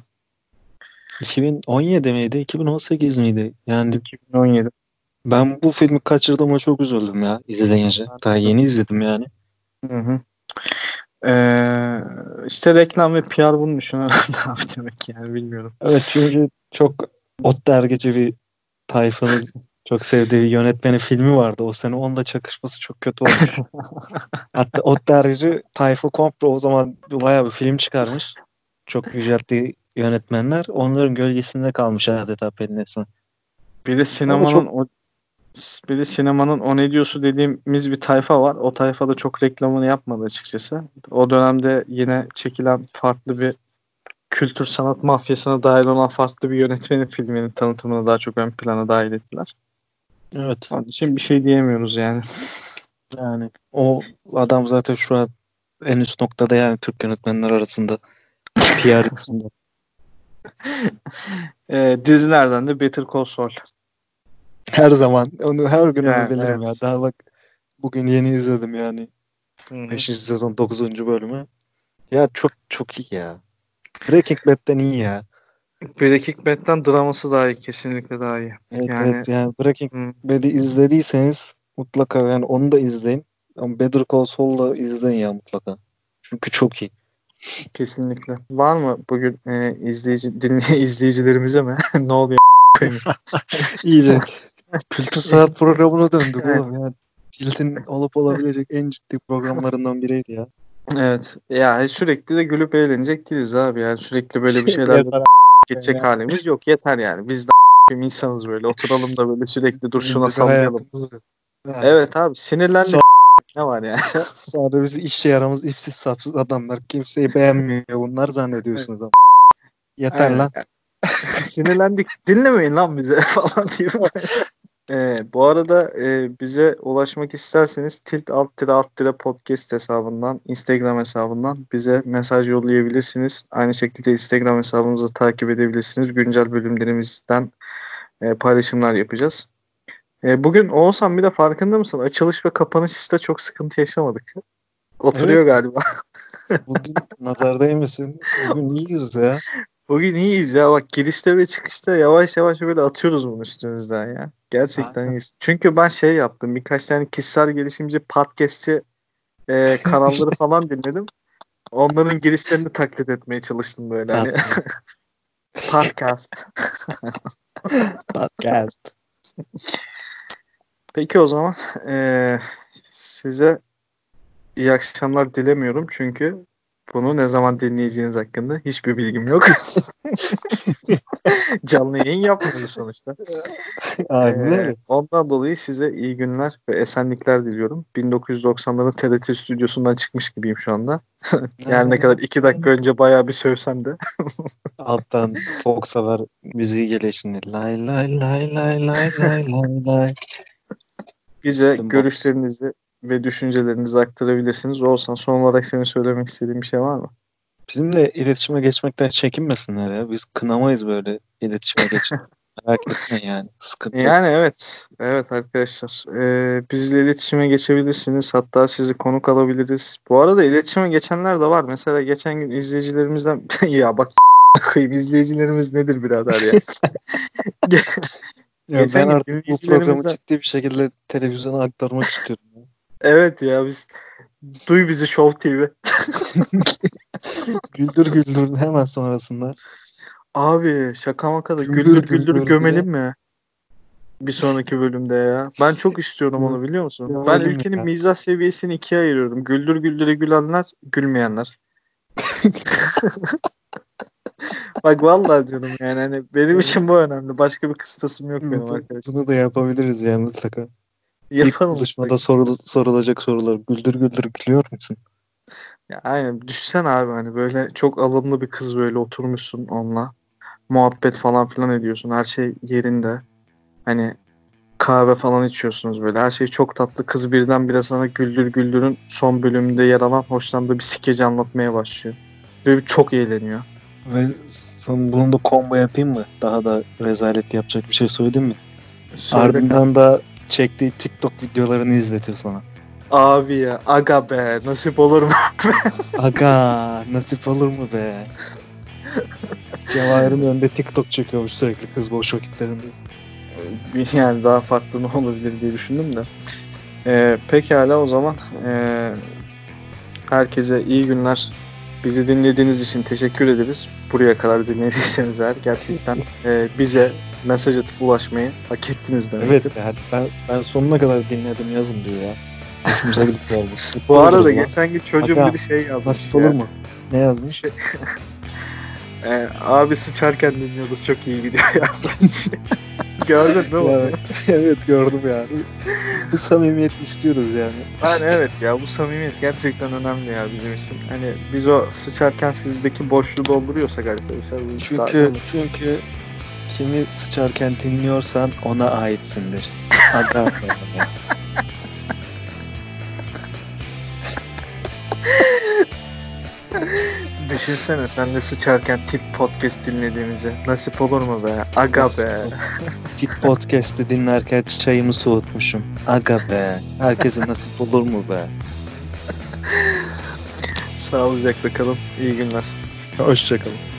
S1: 2017 miydi? 2018 miydi? Yani
S2: 2017.
S1: ben bu filmi kaçırdığıma çok üzüldüm ya izleyince. Daha yeni izledim yani.
S2: Hı hı. İşte reklam ve PR bunu düşünüyorum. Ne yapayım demek yani, bilmiyorum.
S1: Evet, çünkü çok ot dergici bir tayfanın çok sevdiği bir yönetmenin filmi vardı. O sene onunla çakışması çok kötü olmuş. Hatta ot dergici tayfa komple o zaman bayağı bir film çıkarmış. Çok yücelttiği yönetmenler. Onların gölgesinde kalmış adeta Pelin Esmer.
S2: Bir de
S1: Ama çok
S2: sinemanın o ne diyorsu dediğimiz bir tayfa var. O tayfa da çok reklamını yapmadı açıkçası. O dönemde yine çekilen farklı bir kültür sanat mafyasına dahil olan farklı bir yönetmenin filminin tanıtımını daha çok ön plana dahil ettiler.
S1: evet,
S2: Onun için bir şey diyemiyoruz yani.
S1: yani o adam zaten şu an en üst noktada yani Türk yönetmenler arasında PR yapısında.
S2: Dizilerden de Better Call Saul.
S1: Her zaman onu her gün
S2: Yani
S1: övelirim ya.
S2: evet.
S1: Daha bak, bugün yeni izledim yani.
S2: Hı hı.
S1: 5. sezon 9. bölümü. Ya çok çok iyi ya. Breaking Bad'den iyi ya.
S2: Breaking Bad'den draması daha iyi. Kesinlikle daha iyi.
S1: Evet
S2: Yani
S1: evet, yani Breaking
S2: hı,
S1: Bad'i izlediyseniz mutlaka yani onu da izleyin. Ama Better Call Saul'u da izleyin ya mutlaka. Çünkü çok iyi.
S2: kesinlikle. Var mı bugün izleyicilerimize mi? Ne oluyor koyayım?
S1: İyice kültür sanat programına döndük
S2: Evet.
S1: oğlum ya. Tilt'in olup olabilecek en ciddi programlarından biriydi ya.
S2: Evet. Ya sürekli de gülüp eğlenecek değiliz abi. Yani sürekli böyle bir şeylerle
S1: Yeter
S2: geçecek
S1: ya.
S2: halimiz yok. Yeter yani. Biz de insanız böyle. Oturalım da böyle sürekli dur şuna
S1: Bizim de bir
S2: sallayalım.
S1: hayatımız var. Ha.
S2: Evet abi, sinirlendik.
S1: So-
S2: Ne var ya?
S1: Sonra bizi işe yaramaz ipsiz sapsız adamlar. Kimseyi beğenmiyor bunlar zannediyorsunuz ama. Yeter
S2: Aynen.
S1: lan.
S2: Sinirlendik. Dinlemeyin lan bize falan diye. Bu arada bize ulaşmak isterseniz tilt alt podcast hesabından, Instagram hesabından bize mesaj yollayabilirsiniz. Aynı şekilde Instagram hesabımızı takip edebilirsiniz. Güncel bölümlerimizden paylaşımlar yapacağız. Bugün Oğuzhan, bir de farkında mısın? Açılış ve kapanışta çok sıkıntı yaşamadık.
S1: Evet,
S2: Oturuyor galiba.
S1: bugün nazar değmesin. Bugün iyiyiz ya.
S2: Bugün iyiyiz ya. Bak, girişte ve çıkışta yavaş yavaş böyle atıyoruz bunu üstümüzden ya. Gerçekten
S1: Aynen.
S2: iyiyiz. Çünkü ben şey yaptım. Birkaç tane kişisel gelişimci podcastçi kanalları falan dinledim. Onların girişlerini taklit etmeye çalıştım böyle hani.
S1: Tatlı.
S2: Podcast.
S1: Podcast.
S2: Peki o zaman size iyi akşamlar dilemiyorum. Çünkü bunu ne zaman dinleyeceğiniz hakkında hiçbir bilgim yok. Canlı yayın yapmıyoruz sonuçta.
S1: Aynen öyle.
S2: Ondan dolayı size iyi günler ve esenlikler diliyorum. 1990'ların TRT stüdyosundan çıkmış gibiyim şu anda. Yani ne kadar 2 dakika önce bayağı bir sövsem de.
S1: Alttan Fox Haber müziği geliyor şimdi. Lay lay lay lay lay lay lay lay.
S2: Bize
S1: System Box.
S2: görüşlerinizi ve düşüncelerinizi aktarabilirsiniz. Olsan son olarak senin söylemek istediğin bir şey var mı?
S1: Bizimle iletişime geçmekten çekinmesinler ya. Biz kınamayız böyle iletişime geçin. Merak etme yani. Sıkıntı yok.
S2: Yani evet. Evet arkadaşlar. Bizle iletişime geçebilirsiniz. Hatta sizi konuk alabiliriz. Bu arada iletişime geçenler de var. Mesela geçen gün izleyicilerimizden ya bak koyayım, izleyicilerimiz nedir birader ya?
S1: Ya ben
S2: Geçen gün
S1: artık bu programı
S2: dinleyicilerimizden
S1: ciddi bir şekilde televizyona aktarmak istiyorum.
S2: evet ya biz duy bizi Show TV.
S1: Güldür güldür hemen sonrasında.
S2: Abi şaka maka da
S1: Gümbür
S2: güldür güldür
S1: gümbür diye
S2: gömelim mi? Bir sonraki bölümde ya. Ben çok istiyorum onu biliyor musun? Ben
S1: gömelim
S2: ülkenin
S1: ya.
S2: mizah seviyesini ikiye ayırıyorum. Güldür güldüre gülenler, gülmeyenler. Bak vallahi canım yani hani benim için bu önemli. Başka bir kıstasım yok benim arkadaşlar.
S1: Bunu da yapabiliriz ya mutlaka. İlk
S2: Yapalım
S1: buluşmada
S2: mutlaka.
S1: sorulacak sorular. Güldür güldür gülüyor musun?
S2: Ya aynen düşsen abi hani böyle çok alımlı bir kız böyle oturmuşsun onunla. Muhabbet falan filan ediyorsun. Her şey yerinde. Hani kahve falan içiyorsunuz böyle. Her şey çok tatlı. Kız birdenbire sana Güldür Güldür'ün son bölümünde yer alan hoşlandığı bir skeci anlatmaya başlıyor. Ve çok eğleniyor.
S1: Ve sana bunun da combo yapayım mı? Daha da rezalet yapacak bir şey söyleyeyim mi?
S2: Söyle kanka.
S1: Ardından da çektiği TikTok videolarını izletiyor sana.
S2: Abi ya aga be nasip olur mu?
S1: Aga nasip olur mu be? Cevahir'in önünde TikTok çekiyormuş sürekli kız boş vakitlerinde.
S2: Yani daha farklı ne olabilir diye düşündüm de. Pekala o zaman herkese iyi günler. Bizi dinlediğiniz için teşekkür ederiz. Buraya kadar dinlediyseniz eğer gerçekten bize mesaj atıp ulaşmayı hak ettiniz demektir.
S1: Evet ya ben sonuna kadar dinledim yazın diyor ya. Hoşumuza gitti oldu. Mutlu
S2: Bu arada
S1: oluruz lan.
S2: geçen gün çocuğun
S1: Aga
S2: biri şey yazmış
S1: nasip
S2: ya.
S1: olur mu? Ne yazmış?
S2: Şey, abi sıçarken dinliyoruz çok iyi gidiyor yazmış. Gördün değil mi
S1: Ya
S2: onu?
S1: evet gördüm ya. Bu samimiyeti istiyoruz yani.
S2: Yani evet ya bu samimiyet gerçekten önemli ya bizim için. Hani biz o sıçarken sizdeki boşluğu dolduruyorsak arkadaşlar bu iş daha iyi olur.
S1: Çünkü kimi sıçarken dinliyorsan ona aitsindir. Aga be.
S2: Düşünsene sen de sıçarken tip podcast dinlediğimizi. Nasip olur mu be? Aga be.
S1: Tit Podcast'ı dinlerken çayımı soğutmuşum. Aga be. Herkese nasip olur mu be?
S2: Sağlıcakla kalın. İyi günler.
S1: Hoşçakalın.